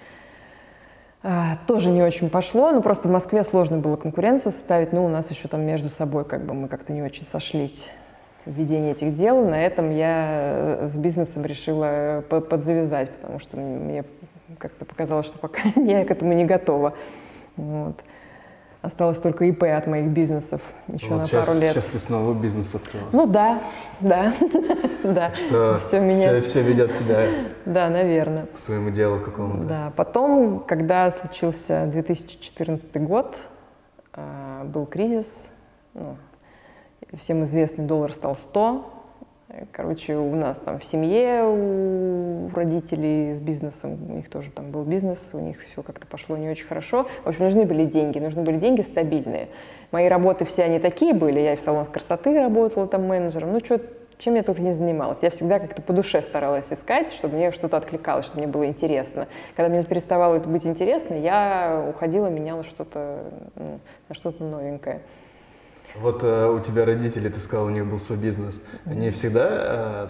А, тоже не очень пошло, но просто в Москве сложно было конкуренцию составить, но у нас еще там между собой как бы мы как-то не очень сошлись в ведении этих дел. На этом я с бизнесом решила подзавязать, потому что мне как-то показалось, что пока я к этому не готова. Вот. Осталось только ИП от моих бизнесов еще вот на сейчас, пару лет. Сейчас ты снова бизнес открыла. Ну да, да, да. Что все, меня... все, все ведет тебя да, наверное. к своему делу какому-то. Да, потом, когда случился две тысячи четырнадцатый год, был кризис, ну, всем известный доллар стал сто. Короче, у нас там в семье, у родителей с бизнесом, у них тоже там был бизнес, у них все как-то пошло не очень хорошо. В общем, нужны были деньги, нужны были деньги стабильные. Мои работы все они такие были, я и в салонах красоты работала там менеджером, ну что, чем я только не занималась. Я всегда как-то по душе старалась искать, чтобы мне что-то откликалось, чтобы мне было интересно. Когда мне переставало это быть интересно, я уходила, меняла что-то, ну, на что-то новенькое. Вот э, у тебя родители, ты сказал, у них был свой бизнес. Они всегда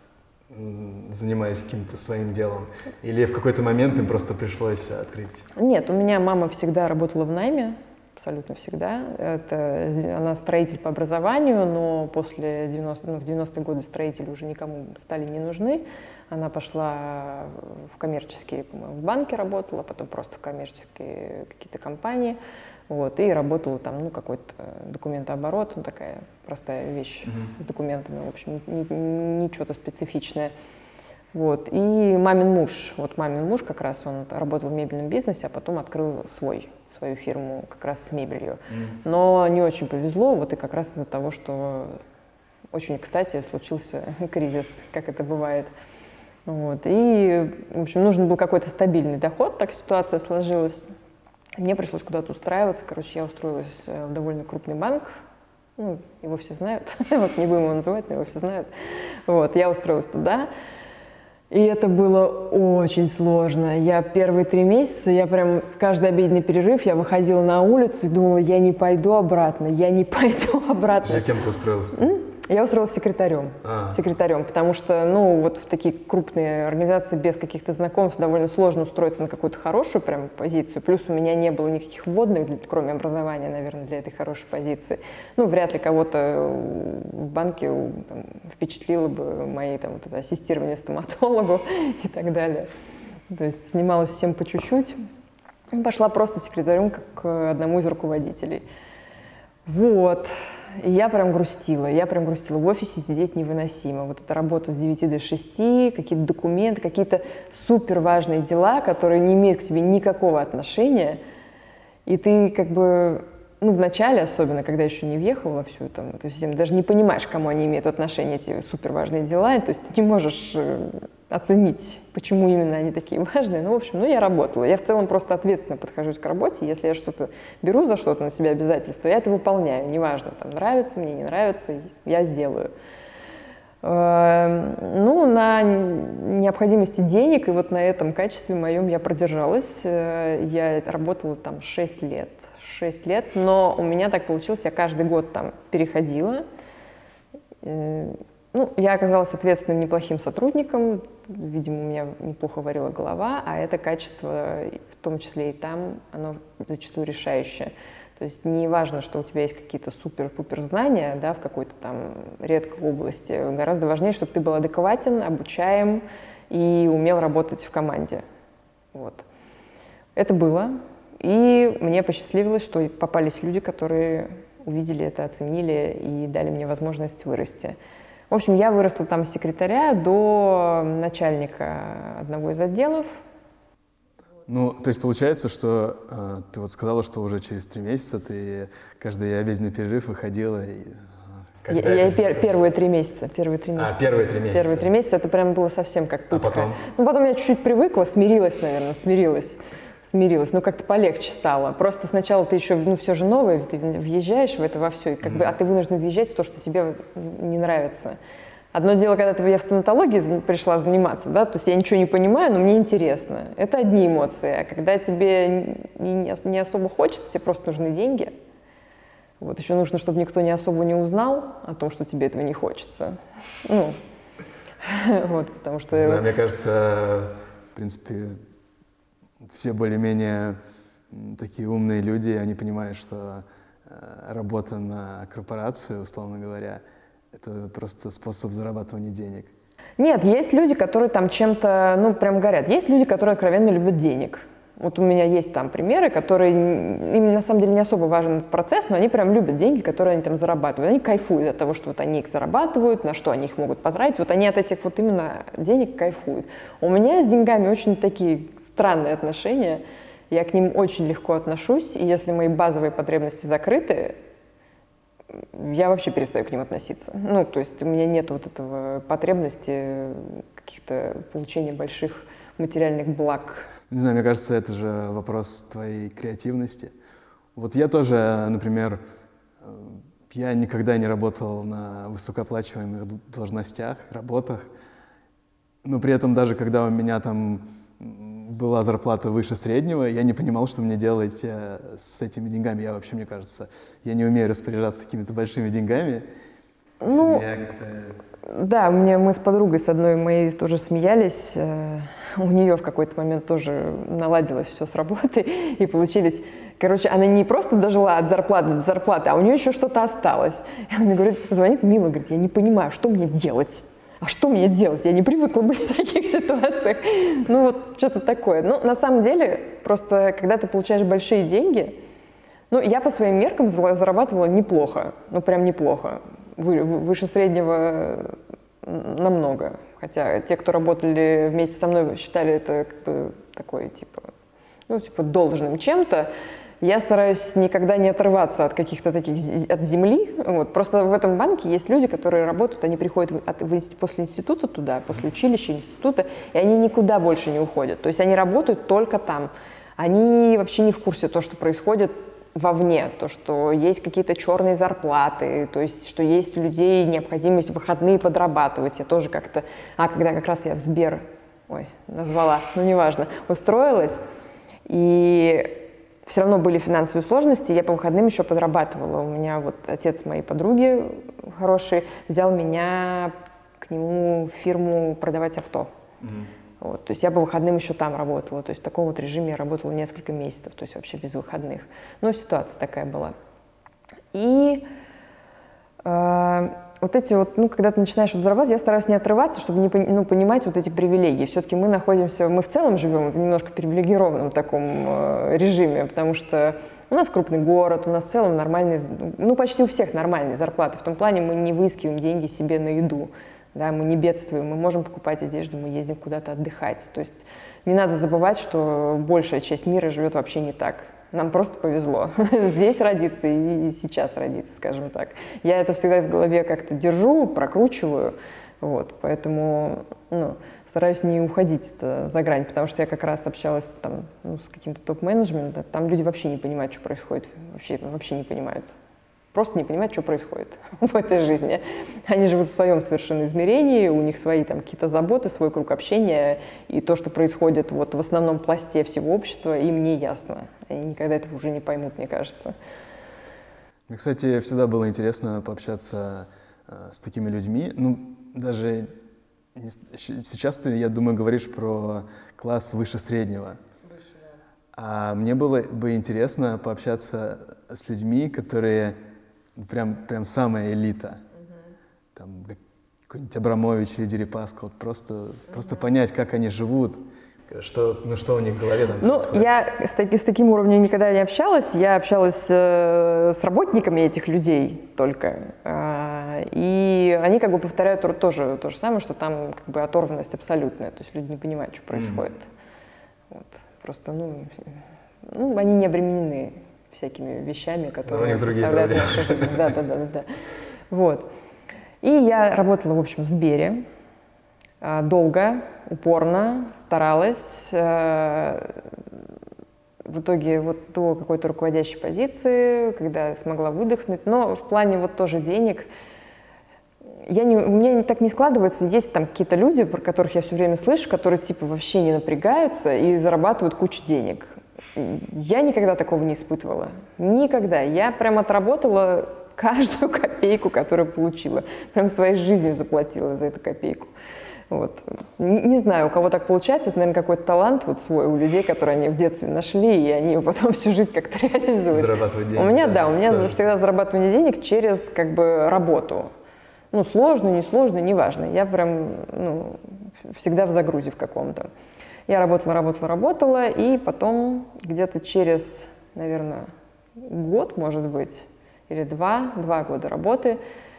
э, занимались каким-то своим делом? Или в какой-то момент им просто пришлось открыть? Нет, у меня мама всегда работала в найме. абсолютно всегда. Это, она строитель по образованию, но после девяностых, ну, в девяностые годы строители уже никому стали не нужны. Она пошла в коммерческие, по-моему, в банке работала, потом просто в коммерческие какие-то компании. Вот, и работала там, ну, какой-то документооборот, ну, такая простая вещь mm-hmm. с документами, в общем, не, не, не что-то специфичное. Вот, и мамин муж, вот мамин муж как раз, он работал в мебельном бизнесе, а потом открыл свой, свою фирму как раз с мебелью. Mm-hmm. Но не очень повезло, вот и как раз из-за того, что очень, кстати, случился кризис, как это бывает. Вот, и, в общем, нужен был какой-то стабильный доход, так ситуация сложилась. Мне пришлось куда-то устраиваться. Короче, я устроилась в довольно крупный банк. Ну, его все знают. Вот не будем его называть, но его все знают. Вот, я устроилась туда. И это было очень сложно. Я первые три месяца, я прям каждый обеденный перерыв, я выходила на улицу и думала, я не пойду обратно, я не пойду обратно. За кем ты устроилась? Я устроилась секретарем, а. секретарем, потому что, ну, вот в такие крупные организации без каких-то знакомств довольно сложно устроиться на какую-то хорошую прям позицию. Плюс у меня не было никаких вводных, кроме образования, наверное, для этой хорошей позиции. Ну, вряд ли кого-то в банке там, впечатлило бы мои там вот это ассистирование стоматологу и так далее. То есть снималась всем по чуть-чуть. Пошла просто секретарем к одному из руководителей. Вот. И я прям грустила, я прям грустила. В офисе сидеть невыносимо. Вот эта работа с девяти до шести, какие-то документы, какие-то супер важные дела, которые не имеют к тебе никакого отношения. И ты как бы, ну, в начале особенно, когда еще не въехала во всю там эту систему, даже не понимаешь, к кому они имеют отношение, эти супер важные дела. То есть ты не можешь оценить, почему именно они такие важные. Ну, в общем, ну, я работала. Я в целом просто ответственно подхожусь к работе. Если я что-то беру за что-то на себя обязательства, я это выполняю. Неважно, там, нравится мне, не нравится, я сделаю. Ну, на необходимости денег и вот на этом качестве моем я продержалась. Я работала там шесть лет. шесть лет, но у меня так получилось, я каждый год там переходила. Ну, я оказалась ответственным, неплохим сотрудником, видимо, у меня неплохо варила голова, а это качество, в том числе и там, оно зачастую решающее. То есть не важно, что у тебя есть какие-то супер-пупер знания, да, в какой-то там редкой области. Гораздо важнее, чтобы ты был адекватен, обучаем и умел работать в команде. Вот. Это было. И мне посчастливилось, что попались люди, которые увидели это, оценили и дали мне возможность вырасти. В общем, я выросла там с секретаря до начальника одного из отделов. Ну, то есть получается, что э, ты вот сказала, что уже через три месяца ты каждый обеденный перерыв выходила и... Когда я я пер, первые три месяца, первые три месяца. А, первые три месяца. Первые три месяца, это прям было совсем как пытка. А потом? Ну, потом я чуть-чуть привыкла, смирилась, наверное, смирилась. Смирилась, ну как-то полегче стало. Просто сначала ты еще, ну все же новое, ты въезжаешь в это во все, и как mm-hmm. бы, а ты вынужден въезжать в то, что тебе не нравится. Одно дело, когда ты, я в стоматологии пришла заниматься, да, то есть я ничего не понимаю, но мне интересно. Это одни эмоции. А когда тебе не, не особо хочется, тебе просто нужны деньги. Вот еще нужно, чтобы никто не особо не узнал о том, что тебе этого не хочется. Ну, вот, потому что... Да, мне кажется, в принципе, все более-менее такие умные люди, они понимают, что работа на корпорацию, условно говоря, это просто способ зарабатывания денег. Нет, есть люди, которые там чем-то, ну, прям горят. Есть люди, которые откровенно любят денег. Вот у меня есть там примеры, которые, им на самом деле не особо важен этот процесс, но они прям любят деньги, которые они там зарабатывают. Они кайфуют от того, что вот они их зарабатывают, на что они их могут потратить. Вот они от этих вот именно денег кайфуют. У меня с деньгами очень такие странные отношения. Я к ним очень легко отношусь, и если мои базовые потребности закрыты, я вообще перестаю к ним относиться. Ну, то есть у меня нет вот этого потребности каких-то получения больших материальных благ. Не знаю, мне кажется, это же вопрос твоей креативности. Вот я тоже, например, я никогда не работал на высокооплачиваемых должностях, работах, но при этом даже когда у меня там была зарплата выше среднего, я не понимал, что мне делать с этими деньгами. Я вообще, мне кажется, я не умею распоряжаться какими-то большими деньгами. Ну, да, мне, мы с подругой с одной моей тоже смеялись. У нее в какой-то момент тоже наладилось все с работы, и получились Короче, она не просто дожила от зарплаты до зарплаты, а у нее еще что-то осталось. И она мне говорит, звонит Мила, говорит, я не понимаю, что мне делать? А что мне делать? Я не привыкла быть в таких ситуациях. Ну вот что-то такое. Ну, на самом деле, просто когда ты получаешь большие деньги, ну, я по своим меркам зарабатывала неплохо, ну, прям неплохо, Вы, выше среднего намного. Хотя те, кто работали вместе со мной, считали это как бы такой, типа, ну, типа должным чем-то. Я стараюсь никогда не отрываться от каких-то таких, от земли. Вот. Просто в этом банке есть люди, которые работают, они приходят в, от, в, после института туда, после училища, института, и они никуда больше не уходят. То есть они работают только там. Они вообще не в курсе того, что происходит вовне, то, что есть какие-то черные зарплаты, то есть, что есть у людей необходимость в выходные подрабатывать. Я тоже как-то... А, когда как раз я в Сбер, ой, назвала, ну, неважно, устроилась, и все равно были финансовые сложности, я по выходным еще подрабатывала. У меня вот отец моей подруги хороший взял меня к нему в фирму продавать авто. Mm-hmm. Вот, то есть я по выходным еще там работала. То есть в таком вот режиме я работала несколько месяцев, то есть вообще без выходных. Ну, ситуация такая была. И э, вот эти вот, ну, когда ты начинаешь вот зарабатывать, я стараюсь не отрываться, чтобы не, ну, понимать вот эти привилегии. Все-таки мы находимся, мы в целом живем в немножко привилегированном таком э, режиме, потому что у нас крупный город, у нас в целом нормальные, ну, почти у всех нормальные зарплаты. В том плане мы не выискиваем деньги себе на еду. Да, мы не бедствуем, мы можем покупать одежду, мы ездим куда-то отдыхать. То есть не надо забывать, что большая часть мира живет вообще не так. Нам просто повезло здесь родиться и сейчас родиться, скажем так. Я это всегда в голове как-то держу, прокручиваю, вот, поэтому ну, стараюсь не уходить это за грань, потому что я как раз общалась там, ну, с каким-то топ-менеджментом, там люди вообще не понимают, что происходит, вообще, вообще не понимают. Просто не понимают, что происходит в этой жизни. Они живут в своем совершенно измерении, у них свои там какие-то заботы, свой круг общения, и то, что происходит вот в основном пласте всего общества, им не ясно. Они никогда этого уже не поймут, мне кажется. Мне, кстати, всегда было интересно пообщаться э, с такими людьми. Ну, даже не, сейчас ты, я думаю, говоришь про класс выше среднего. Выше, да. А мне было бы интересно пообщаться с людьми, которые... Прям, прям самая элита. Uh-huh. Там какой-нибудь Абрамович или Дерипаска. Вот просто, uh-huh. просто понять, как они живут, что, ну, что у них в голове там Ну, происходит. я с, таки, с таким уровнем никогда не общалась. Я общалась э, с работниками этих людей только. Э, и они как бы повторяют тоже то же самое, что там как бы оторванность абсолютная. То есть люди не понимают, что происходит. Uh-huh. Вот. Просто, ну, ну, они не обременены всякими вещами, которые составляют нашу жизнь. Да, да, да, да, да. Вот. И я работала, в общем, в Сбере. Долго, упорно, старалась. В итоге вот до какой-то руководящей позиции, когда смогла выдохнуть. Но в плане вот тоже денег, я не, у меня так не складывается. Есть там какие-то люди, про которых я все время слышу, которые типа вообще не напрягаются и зарабатывают кучу денег. Я никогда такого не испытывала. Никогда. Я прям отработала каждую копейку, которую получила. Прям своей жизнью заплатила за эту копейку. Вот. Не, не знаю, у кого так получается. Это, наверное, какой-то талант вот свой у людей, которые они в детстве нашли, и они его потом всю жизнь как-то реализуют. Зарабатывать деньги. У меня, да, да у меня тоже. Всегда зарабатывание денег через как бы работу. Ну, сложную, несложную, неважно. Я прям ну, всегда в загрузе в каком-то. Я работала, работала, работала, и потом где-то через, наверное, год, может быть, или два, два года работы,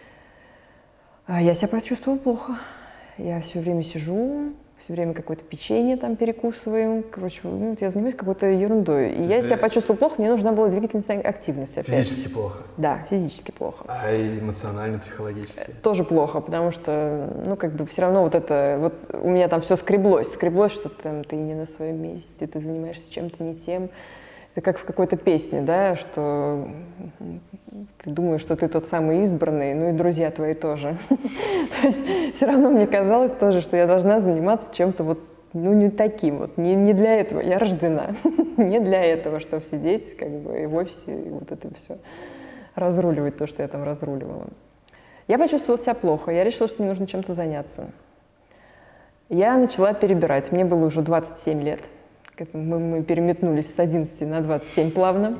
я себя почувствовала плохо. Я все время сижу, все время какое-то печенье там перекусываем. Короче, ну, вот я занимаюсь какой-то ерундой. И я себя почувствовала плохо, мне нужна была двигательная активность опять. Физически плохо? Да, физически плохо. А эмоционально, психологически? Тоже плохо, потому что, ну, как бы все равно вот это, вот у меня там все скреблось, скреблось, что там ты не на своем месте, ты занимаешься чем-то не тем. Это как в какой-то песне, да, что ты думаешь, что ты тот самый избранный, ну и друзья твои тоже. То есть все равно мне казалось тоже, что я должна заниматься чем-то вот, ну, не таким вот, не, не для этого я рождена, не для этого, чтобы сидеть как бы и в офисе, и вот это все разруливать, то, что я там разруливала. Я почувствовала себя плохо, я решила, что мне нужно чем-то заняться. Я начала перебирать, мне было уже двадцать семь лет, мы, мы переметнулись с одиннадцати на двадцать семь плавно.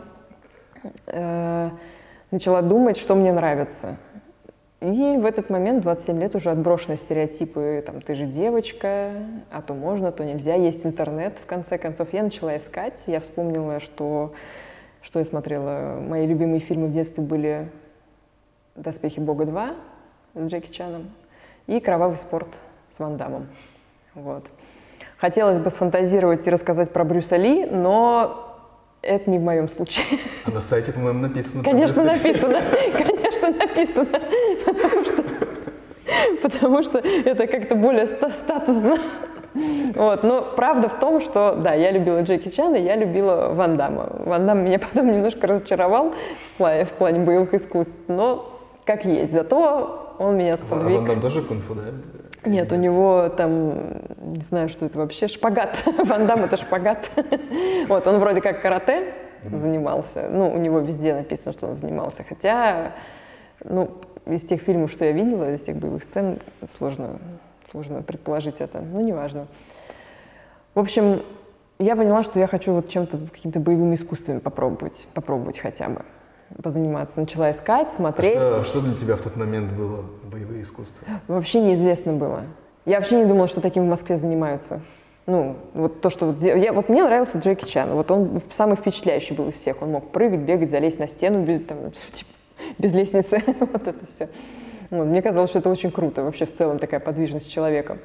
Э, начала думать, что мне нравится. И в этот момент, двадцать семь лет, уже отброшены стереотипы, там, ты же девочка, а то можно, то нельзя, есть интернет, в конце концов. Я начала искать, я вспомнила, что, что я смотрела. Мои любимые фильмы в детстве были «Доспехи Бога два» с Джеки Чаном и «Кровавый спорт» с Ван Даммом. Вот. Хотелось бы сфантазировать и рассказать про Брюса Ли, но это не в моем случае. А на сайте, по-моему, написано. Конечно, написано. Конечно, написано. Потому что, потому что это как-то более статусно. Вот. Но правда в том, что, да, я любила Джеки Чана, я любила Ван Дамма. Ван Дамм меня потом немножко разочаровал в плане, в плане боевых искусств, но как есть. Зато он меня сподвиг. А Ван Дамм тоже кунг-фу, да? Нет, у него там, не знаю, что это вообще, шпагат. Ван Дамм — это шпагат. Вот, он вроде как карате занимался. Ну, у него везде написано, что он занимался. Хотя, ну, из тех фильмов, что я видела, из тех боевых сцен, сложно, сложно предположить это. Ну, неважно. В общем, я поняла, что я хочу вот чем-то, какими-то боевыми искусствами попробовать. Попробовать хотя бы. Позаниматься. Начала искать, смотреть. А что, что для тебя в тот момент было боевые искусства? Вообще неизвестно было. Я вообще не думала, что таким в Москве занимаются. Ну, вот то, что... Я, вот мне нравился Джеки Чан. Вот он самый впечатляющий был из всех. Он мог прыгать, бегать, залезть на стену без, там, типа, без лестницы. Вот это все. Вот, мне казалось, что это очень круто. Вообще в целом такая подвижность человека.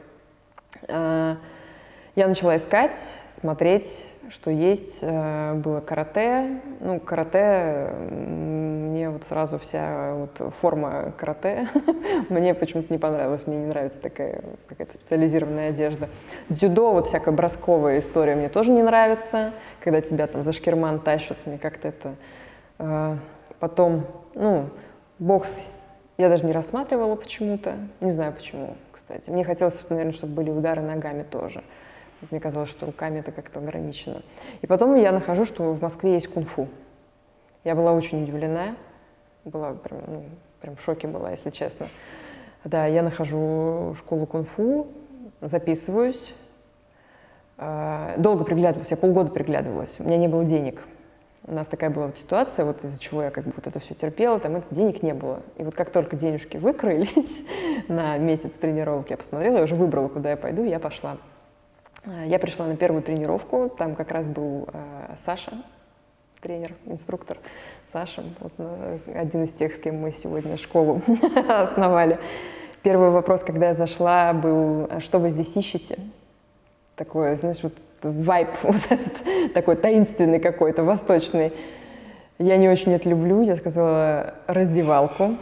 Я начала искать, смотреть, что есть. Было карате. Ну, карате, мне вот сразу вся вот форма карате мне почему-то не понравилась. Мне не нравится такая какая-то специализированная одежда. Дзюдо, вот всякая бросковая история мне тоже не нравится. Когда тебя там за шкирман тащат, мне как-то это... Потом, ну, бокс я даже не рассматривала почему-то. Не знаю почему, кстати. Мне хотелось, наверное, чтобы были удары ногами тоже. Мне казалось, что руками это как-то ограничено. И потом я нахожу, что в Москве есть кунг-фу. Я была очень удивлена. Была прям, ну, прям в шоке была, если честно. Да, я нахожу школу кунг-фу, записываюсь. Долго приглядывалась, я полгода приглядывалась. У меня не было денег. У нас такая была вот ситуация, вот из-за чего я как бы вот это все терпела, там это денег не было. И вот как только денежки выкроились на месяц тренировок, я посмотрела, я уже выбрала, куда я пойду, и я пошла. Я пришла на первую тренировку, там как раз был э, Саша, тренер, инструктор Саша, вот, один из тех, с кем мы сегодня школу основали. Первый вопрос, когда я зашла, был: что вы здесь ищете? Такое, знаешь, вот вайб, вот этот, такой таинственный какой-то, восточный. Я не очень это люблю, я сказала: раздевалку.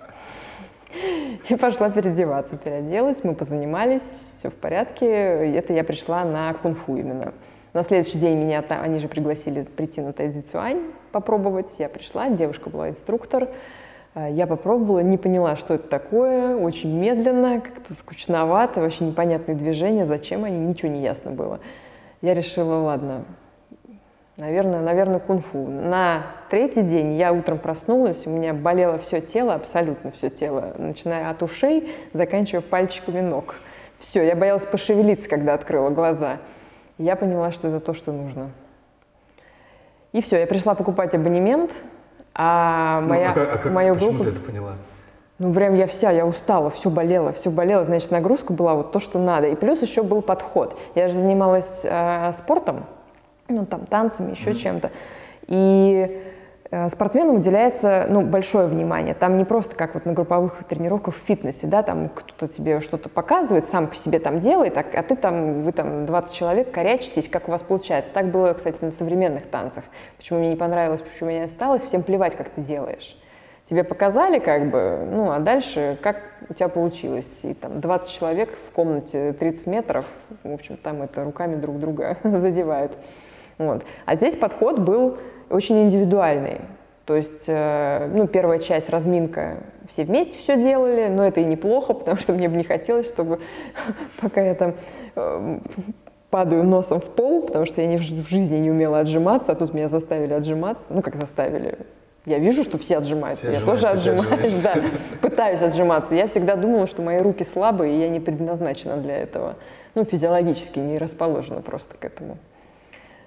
И пошла переодеваться. Переоделась, мы позанимались, все в порядке. Это я пришла на кунг-фу именно. На следующий день меня там, они же пригласили прийти на тайцзицюань попробовать. Я пришла, девушка была инструктор. Я попробовала, не поняла, что это такое. Очень медленно, как-то скучновато, вообще непонятные движения. Зачем они, ничего не ясно было. Я решила, ладно, наверное, наверное, кунг-фу. На третий день я утром проснулась, у меня болело все тело, абсолютно все тело, начиная от ушей, заканчивая пальчиками ног. Все, я боялась пошевелиться, когда открыла глаза. Я поняла, что это то, что нужно. И все, я пришла покупать абонемент, а моя, ну, а как, а моя почему группа... ты это поняла? Ну, прям я вся, я устала, все болело, все болело, значит, нагрузка была вот то, что надо. И плюс еще был подход. Я же занималась э, спортом, ну, там, танцами, еще mm-hmm. чем-то. И э, спортсменам уделяется, ну, большое внимание. Там не просто как вот на групповых тренировках в фитнесе, да, там кто-то тебе что-то показывает, сам по себе там делает, а, а ты там, вы там двадцать человек корячитесь, как у вас получается. Так было, кстати, на современных танцах. Почему мне не понравилось, почему мне осталось, всем плевать, как ты делаешь. Тебе показали, как бы, ну, а дальше как у тебя получилось. И там двадцать человек в комнате тридцать метров, в общем, там это руками друг друга задевают. Вот. А здесь подход был очень индивидуальный. То есть, э, ну, первая часть, разминка, все вместе все делали, но это и неплохо, потому что мне бы не хотелось, чтобы пока я там э, падаю носом в пол, потому что я не, в жизни не умела отжиматься, а тут меня заставили отжиматься. Ну, как заставили? Я вижу, что все отжимаются, все я тоже отжимаюсь, да, пытаюсь отжиматься. Я всегда думала, что мои руки слабые, и я не предназначена для этого. Ну, физиологически не расположена просто к этому.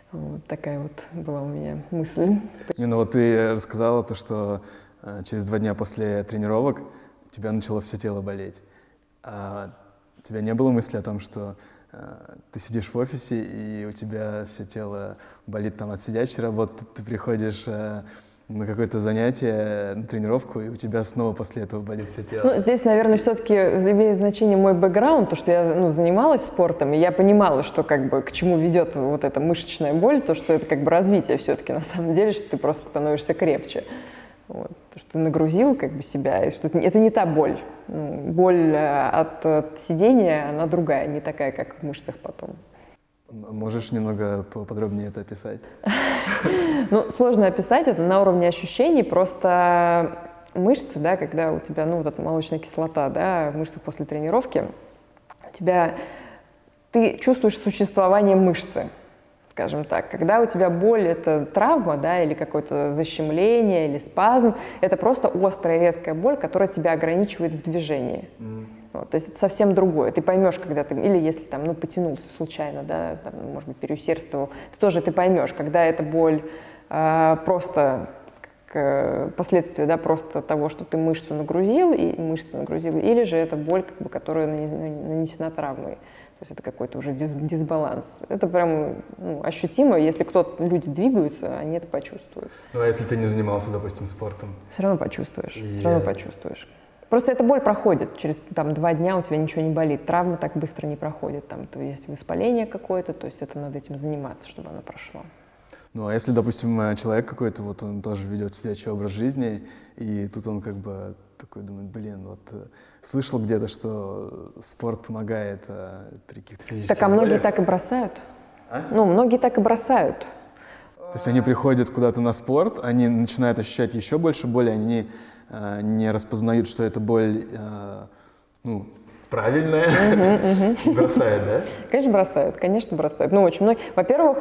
Вот такая вот была у меня мысль. Не, ну вот ты рассказала то, что э, через два дня после тренировок у тебя начало все тело болеть. А у тебя не было мысли о том, что э, ты сидишь в офисе, и у тебя все тело болит там от сидячей работы, ты приходишь э, на какое-то занятие, на тренировку, и у тебя снова после этого болит все тело? Ну, здесь, наверное, все-таки имеет значение мой бэкграунд, то, что я ну, занималась спортом, и я понимала, что как бы к чему ведет вот эта мышечная боль, то, что это как бы развитие все-таки на самом деле, что ты просто становишься крепче. Вот. То, что ты нагрузил как бы себя, и что это, это не та боль. Ну, боль от, от сидения, она другая, не такая, как в мышцах потом. Можешь немного поподробнее это описать? Ну, сложно описать, это на уровне ощущений, просто мышцы, да, когда у тебя, ну, вот эта молочная кислота, да, в мышцах после тренировки, у тебя, ты чувствуешь существование мышцы, скажем так. Когда у тебя боль, это травма, да, или какое-то защемление, или спазм, это просто острая, резкая боль, которая тебя ограничивает в движении. Mm. Вот, то есть это совсем другое. Ты поймешь, когда ты, или если там, ну, потянулся случайно, да, там, может быть, переусердствовал, ты тоже ты поймешь, когда эта боль э, просто как последствия, да, просто того, что ты мышцу нагрузил, и мышцы нагрузил, или же это боль, как бы, которая нанесена травмой. То есть это какой-то уже дис дисбаланс. Это прям ну, ощутимо. Если кто-то, люди двигаются, они это почувствуют. Ну а если ты не занимался, допустим, спортом? Все равно почувствуешь. И... Все равно почувствуешь. Просто эта боль проходит. Через там, два дня у тебя ничего не болит. Травма так быстро не проходит. Там то есть воспаление какое-то, то есть это надо этим заниматься, чтобы оно прошло. Ну а если, допустим, человек какой-то, вот он тоже ведет сидячий образ жизни, и тут он как бы такой думает, блин, вот слышал где-то, что спорт помогает а, при каких-то физических Так, а многие болях. так и бросают. А? Ну, многие так и бросают. То есть они приходят куда-то на спорт, они начинают ощущать еще больше боли, они а, не распознают, что эта боль а, ну, правильная, uh-huh, uh-huh. бросают, да? Конечно, бросают, конечно, бросают. Ну, очень многие. Во-первых,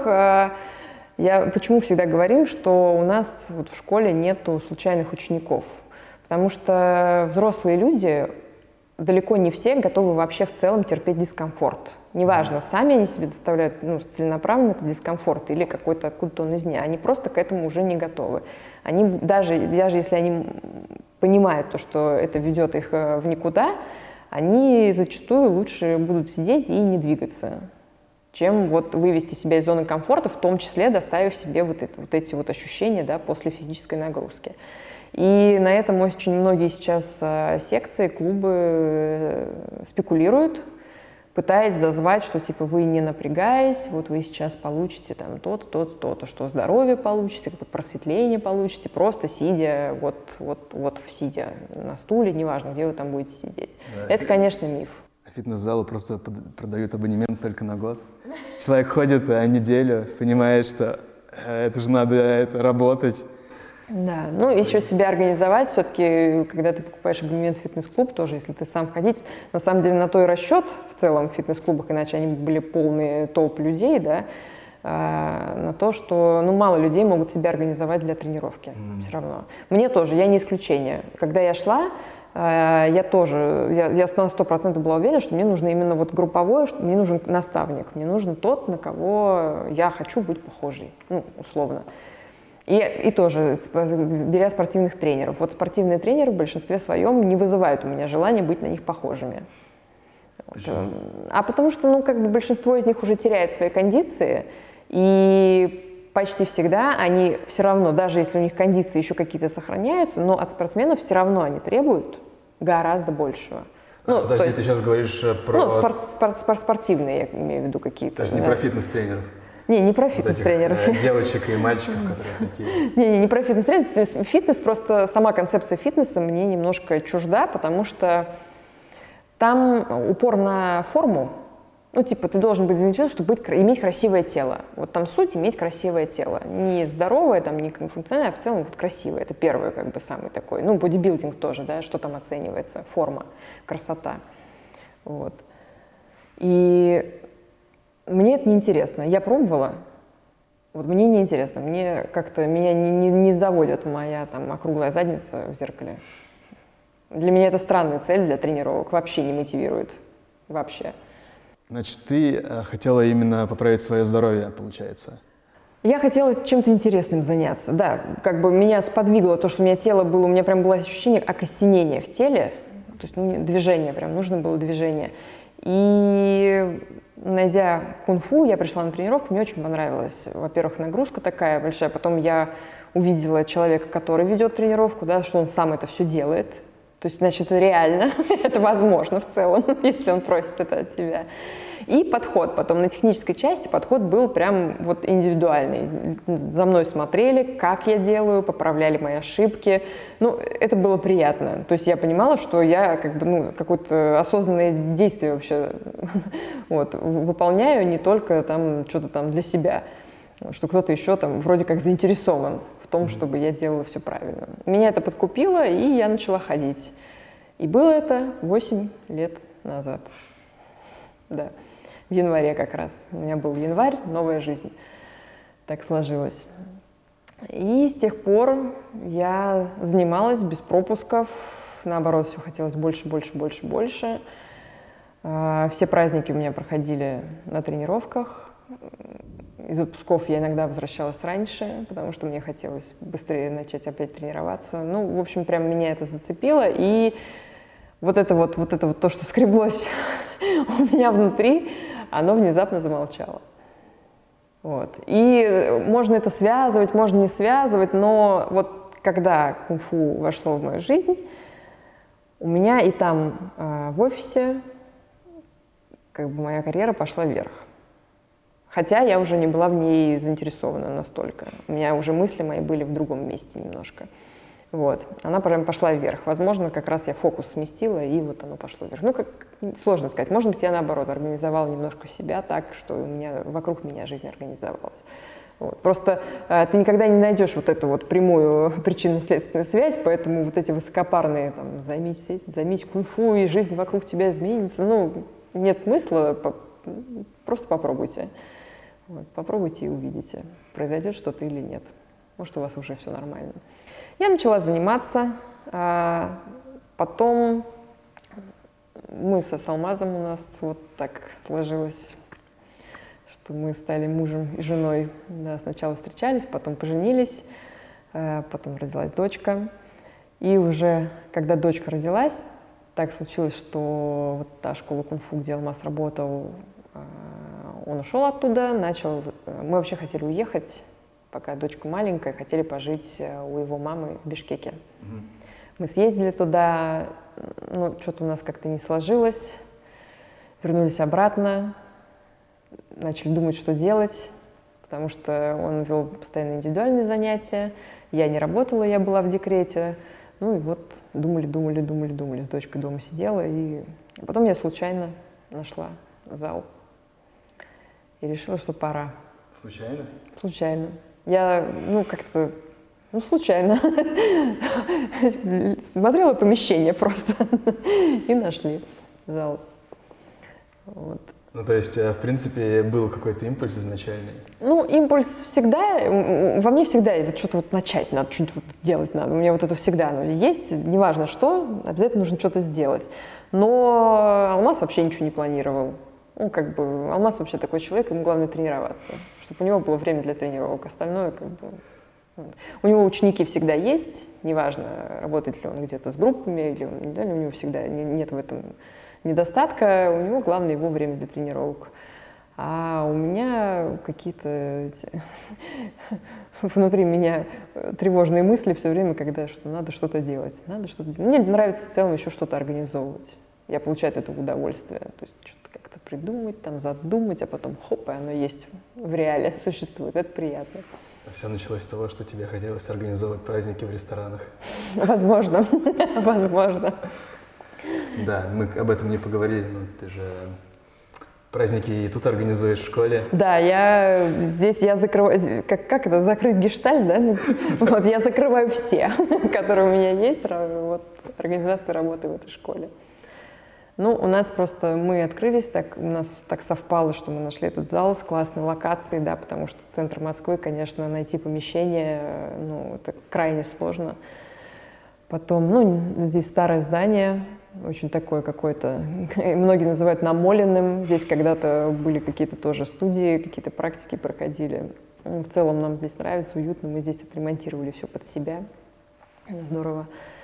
я почему всегда говорим, что у нас вот в школе нету случайных учеников, потому что взрослые люди далеко не все готовы вообще в целом терпеть дискомфорт. Неважно, сами они себе доставляют ну, целенаправленно этот дискомфорт или какой-то откуда-то он извне, они просто к этому уже не готовы. Они даже, даже если они понимают то, что это ведет их в никуда, они зачастую лучше будут сидеть и не двигаться, чем вот вывести себя из зоны комфорта, в том числе доставив себе вот, это, вот эти вот ощущения да, после физической нагрузки. И на этом очень многие сейчас секции, клубы спекулируют, пытаясь зазвать, что типа вы не напрягаясь, вот вы сейчас получите там то-то, то-то, то-то, что здоровье получите, какое-то просветление получите, просто сидя вот, вот, вот в сидя на стуле, неважно, где вы там будете сидеть. Да, это, конечно, миф. А фитнес-залы просто продают абонемент только на год. Человек ходит неделю, понимает, что это же надо это, работать. Да, ну еще себя организовать, все-таки, когда ты покупаешь абонемент в фитнес-клуб, тоже, если ты сам ходить, на самом деле на то и расчет в целом в фитнес-клубах, иначе они были полные толпы людей, да, на то, что, ну, мало людей могут себя организовать для тренировки, mm. все равно. Мне тоже, я не исключение. Когда я шла, я тоже, я, я на сто процентов была уверена, что мне нужно именно вот групповое, что мне нужен наставник, мне нужен тот, на кого я хочу быть похожей, ну, условно. И, и тоже, беря спортивных тренеров. Вот спортивные тренеры в большинстве своем не вызывают у меня желания быть на них похожими. Почему? Вот. А потому что, ну, как бы большинство из них уже теряет свои кондиции, и почти всегда они все равно, даже если у них кондиции еще какие-то сохраняются, но от спортсменов все равно они требуют гораздо большего. Ну, Подожди, то есть, ты сейчас говоришь про... Ну, спорт, спорт, спорт, спортивные, я имею в виду какие-то. То есть да. Не про фитнес-тренеров? Не, не про фитнес-тренеров. Вот этих, э, девочек и мальчиков, которые такие. Не, не, не про фитнес-тренеров. То есть фитнес, просто сама концепция фитнеса мне немножко чужда, потому что там упор на форму. Ну, типа, ты должен быть заинтересован, чтобы быть, иметь красивое тело. Вот там суть — иметь красивое тело. Не здоровое, там, не функциональное, а в целом вот красивое. Это первое, как бы, самый такой. Ну, бодибилдинг тоже, да, что там оценивается. Форма, красота. Вот. И мне это неинтересно. Я пробовала. Вот мне неинтересно. Мне как-то, меня не, не, не заводит моя там округлая задница в зеркале. Для меня это странная цель для тренировок. Вообще не мотивирует. Вообще. Значит, ты хотела именно поправить свое здоровье, получается? Я хотела чем-то интересным заняться, да. Как бы меня сподвигло то, что у меня тело было, у меня прям было ощущение окостенения в теле. То есть ну, движение, прям нужно было движение. И найдя кунг-фу, я пришла на тренировку, мне очень понравилось. Во-первых, нагрузка такая большая, потом я увидела человека, который ведет тренировку, да, что он сам это все делает. То есть, значит, это реально, это возможно в целом, если он просит это от тебя. И подход. Потом на технической части подход был прям вот индивидуальный. За мной смотрели, как я делаю, поправляли мои ошибки. Ну, это было приятно. То есть я понимала, что я как бы, ну, какое-то осознанное действие вообще вот, выполняю, не только там что-то там для себя. Что кто-то еще там вроде как заинтересован в том, чтобы я делала все правильно. Меня это подкупило, и я начала ходить. И было это восемь лет назад. Да. В январе как раз. У меня был январь, новая жизнь. Так сложилось. И с тех пор я занималась без пропусков. Наоборот, все хотелось больше, больше, больше, больше. Все праздники у меня проходили на тренировках. Из отпусков я иногда возвращалась раньше, потому что мне хотелось быстрее начать опять тренироваться. Ну, в общем, прям меня это зацепило. И вот это вот, вот это вот то, что скреблось у меня внутри, оно внезапно замолчало. Вот. И можно это связывать, можно не связывать, но вот когда кунг-фу вошло в мою жизнь, у меня и там э, в офисе как бы моя карьера пошла вверх. Хотя я уже не была в ней заинтересована настолько. У меня уже мысли мои были в другом месте немножко. Вот. Она прям пошла вверх. Возможно, как раз я фокус сместила, и вот оно пошло вверх. Ну, как сложно сказать. Может быть, я, наоборот, организовала немножко себя так, что у меня, вокруг меня жизнь организовалась. Вот. Просто э, ты никогда не найдешь вот эту вот прямую причинно-следственную связь, поэтому вот эти высокопарные, там, займись, займись кунг-фу, и жизнь вокруг тебя изменится. Ну, нет смысла, по- просто попробуйте. Вот. Попробуйте и увидите, произойдет что-то или нет. Может, у вас уже все нормально. Я начала заниматься, а потом мы со Салмазом, у нас вот так сложилось, что мы стали мужем и женой. Да, сначала встречались, потом поженились, потом родилась дочка. И уже когда дочка родилась, так случилось, что вот та школа кунг-фу, где Алмаз работал, он ушел оттуда, начал... Мы вообще хотели уехать, пока дочка маленькая, хотели пожить у его мамы в Бишкеке. Mm-hmm. Мы съездили туда, ну, что-то у нас как-то не сложилось, вернулись обратно, начали думать, что делать, потому что он вел постоянно индивидуальные занятия, я не работала, я была в декрете. Ну и вот думали, думали, думали, думали, с дочкой дома сидела, и потом я случайно нашла зал и решила, что пора. Случайно? Случайно. Я, ну, как-то, ну, случайно смотрела помещение просто и нашли зал. Вот. Ну, то есть, в принципе, был какой-то импульс изначальный? Ну, импульс всегда, во мне всегда вот что-то вот начать надо, что-нибудь вот сделать надо. У меня вот это всегда ну, есть, неважно что, обязательно нужно что-то сделать. Но Алмаз вообще ничего не планировал. Ну, как бы, Алмаз вообще такой человек, ему главное тренироваться, чтобы у него было время для тренировок. Остальное, как бы... Вот. У него ученики всегда есть, неважно, работает ли он где-то с группами, или он, да, у него всегда нет в этом недостатка, у него главное его время для тренировок. А у меня какие-то эти... внутри меня тревожные мысли все время, когда что надо что-то делать, надо что-то делать. Мне нравится в целом еще что-то организовывать. Я получаю от этого удовольствие. То есть что-то как-то придумать, там задумать, а потом хоп, и оно есть в реале, существует. Это приятно. Все началось с того, что тебе хотелось организовывать праздники в ресторанах. Возможно, возможно. Да, мы об этом не поговорили, но ты же праздники и тут организуешь в школе. Да, я здесь я закрываю, как, как это, закрыть гештальт, да? Вот, я закрываю все, которые у меня есть, вот, организация работы в этой школе. Ну, у нас просто, мы открылись, так, у нас так совпало, что мы нашли этот зал с классной локацией, да, потому что центр Москвы, конечно, найти помещение, ну, это крайне сложно. Потом, ну, здесь старое здание, очень такое какое-то, многие называют намоленным. Здесь когда-то были какие-то тоже студии, какие-то практики проходили. В целом нам здесь нравится, уютно, мы здесь отремонтировали все под себя. Здорово.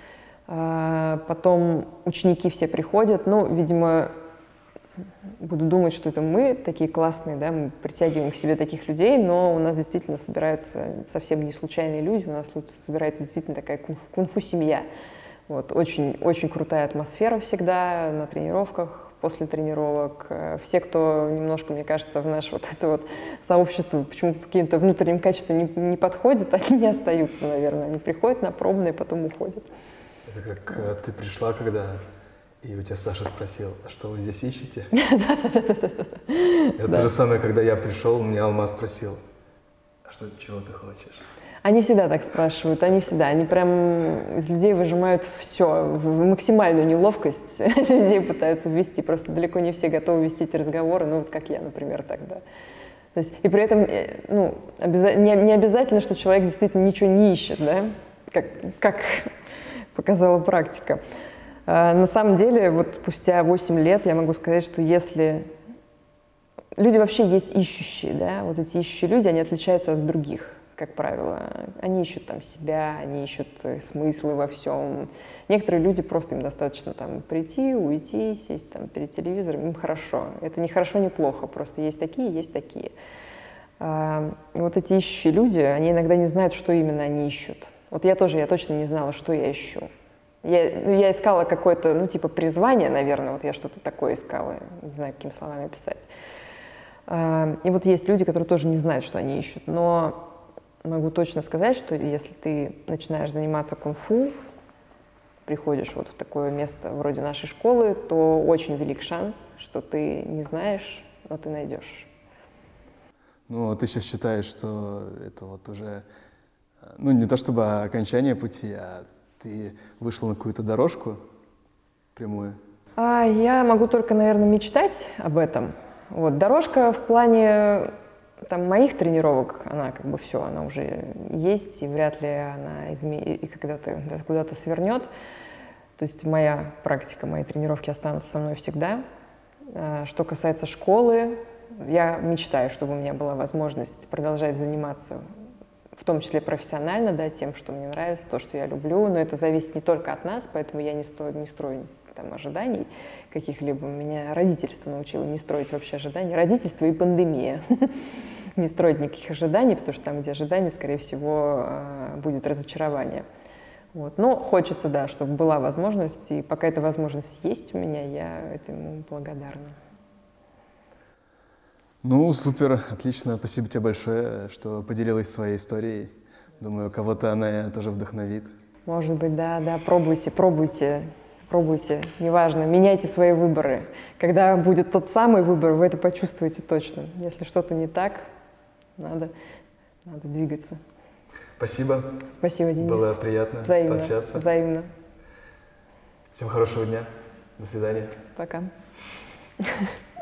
Потом ученики все приходят, ну, видимо, буду думать, что это мы такие классные, да, мы притягиваем к себе таких людей, но у нас действительно собираются совсем не случайные люди, у нас собирается действительно такая кунг-фу семья. Вот, очень, очень крутая атмосфера всегда на тренировках, после тренировок. Все, кто немножко, мне кажется, в наше вот это вот сообщество почему-то по каким-то внутренним качествам не, не подходят, они не остаются, наверное. Они приходят на пробные, потом уходят. Это как а, ты пришла, когда и у тебя Саша спросил, а что вы здесь ищете? Да-да-да. Это то же самое, когда я пришел, меня Алмаз спросил, а что, чего ты хочешь? Они всегда так спрашивают, они всегда, они прям из людей выжимают все, максимальную неловкость людей пытаются ввести, просто далеко не все готовы вести эти разговоры, ну вот как я, например, тогда. То есть, и при этом ну, обяза- не, не обязательно, что человек действительно ничего не ищет, да, как, как показала практика. А, на самом деле, вот спустя восемь лет я могу сказать, что если... Люди вообще есть ищущие, да, вот эти ищущие люди, они отличаются от других. Как правило, они ищут там себя, они ищут смыслы во всем. Некоторые люди просто им достаточно там прийти, уйти, сесть там перед телевизором, им хорошо. Это не хорошо, не плохо, просто есть такие, есть такие. А, и вот эти ищущие люди, они иногда не знают, что именно они ищут. Вот я тоже, я точно не знала, что я ищу. Я, ну, я искала какое-то, ну, типа призвание, наверное, вот я что-то такое искала, не знаю, какими словами описать. А, и вот есть люди, которые тоже не знают, что они ищут, но могу точно сказать, что если ты начинаешь заниматься кунг-фу, приходишь вот в такое место вроде нашей школы, то очень велик шанс, что ты не знаешь, но ты найдешь. Ну, ты сейчас считаешь, что это вот уже, ну, не то чтобы окончание пути, а ты вышла на какую-то дорожку прямую? А я могу только, наверное, мечтать об этом. Вот, дорожка в плане... Там моих тренировок, она как бы все, она уже есть, и вряд ли она изме... и когда-то да, куда-то свернет. То есть моя практика, мои тренировки останутся со мной всегда. Что касается школы, я мечтаю, чтобы у меня была возможность продолжать заниматься, в том числе профессионально, да, тем, что мне нравится, то, что я люблю. Но это зависит не только от нас, поэтому я не строю, не строю там, ожиданий каких-либо. Меня родительство научило не строить вообще ожиданий. Родительство и пандемия. Не строить никаких ожиданий, потому что там, где ожидания, скорее всего, будет разочарование. Вот. Но хочется, да, чтобы была возможность, и пока эта возможность есть у меня, я этому благодарна. Ну, супер, отлично. Спасибо тебе большое, что поделилась своей историей. Думаю, кого-то она тоже вдохновит. Может быть, да, да, пробуйте, пробуйте. Пробуйте, неважно, меняйте свои выборы. Когда будет тот самый выбор, вы это почувствуете точно. Если что-то не так, надо, надо двигаться. Спасибо. Спасибо, Денис. Было приятно Взаимно. пообщаться. Взаимно. Всем хорошего дня. До свидания. Пока.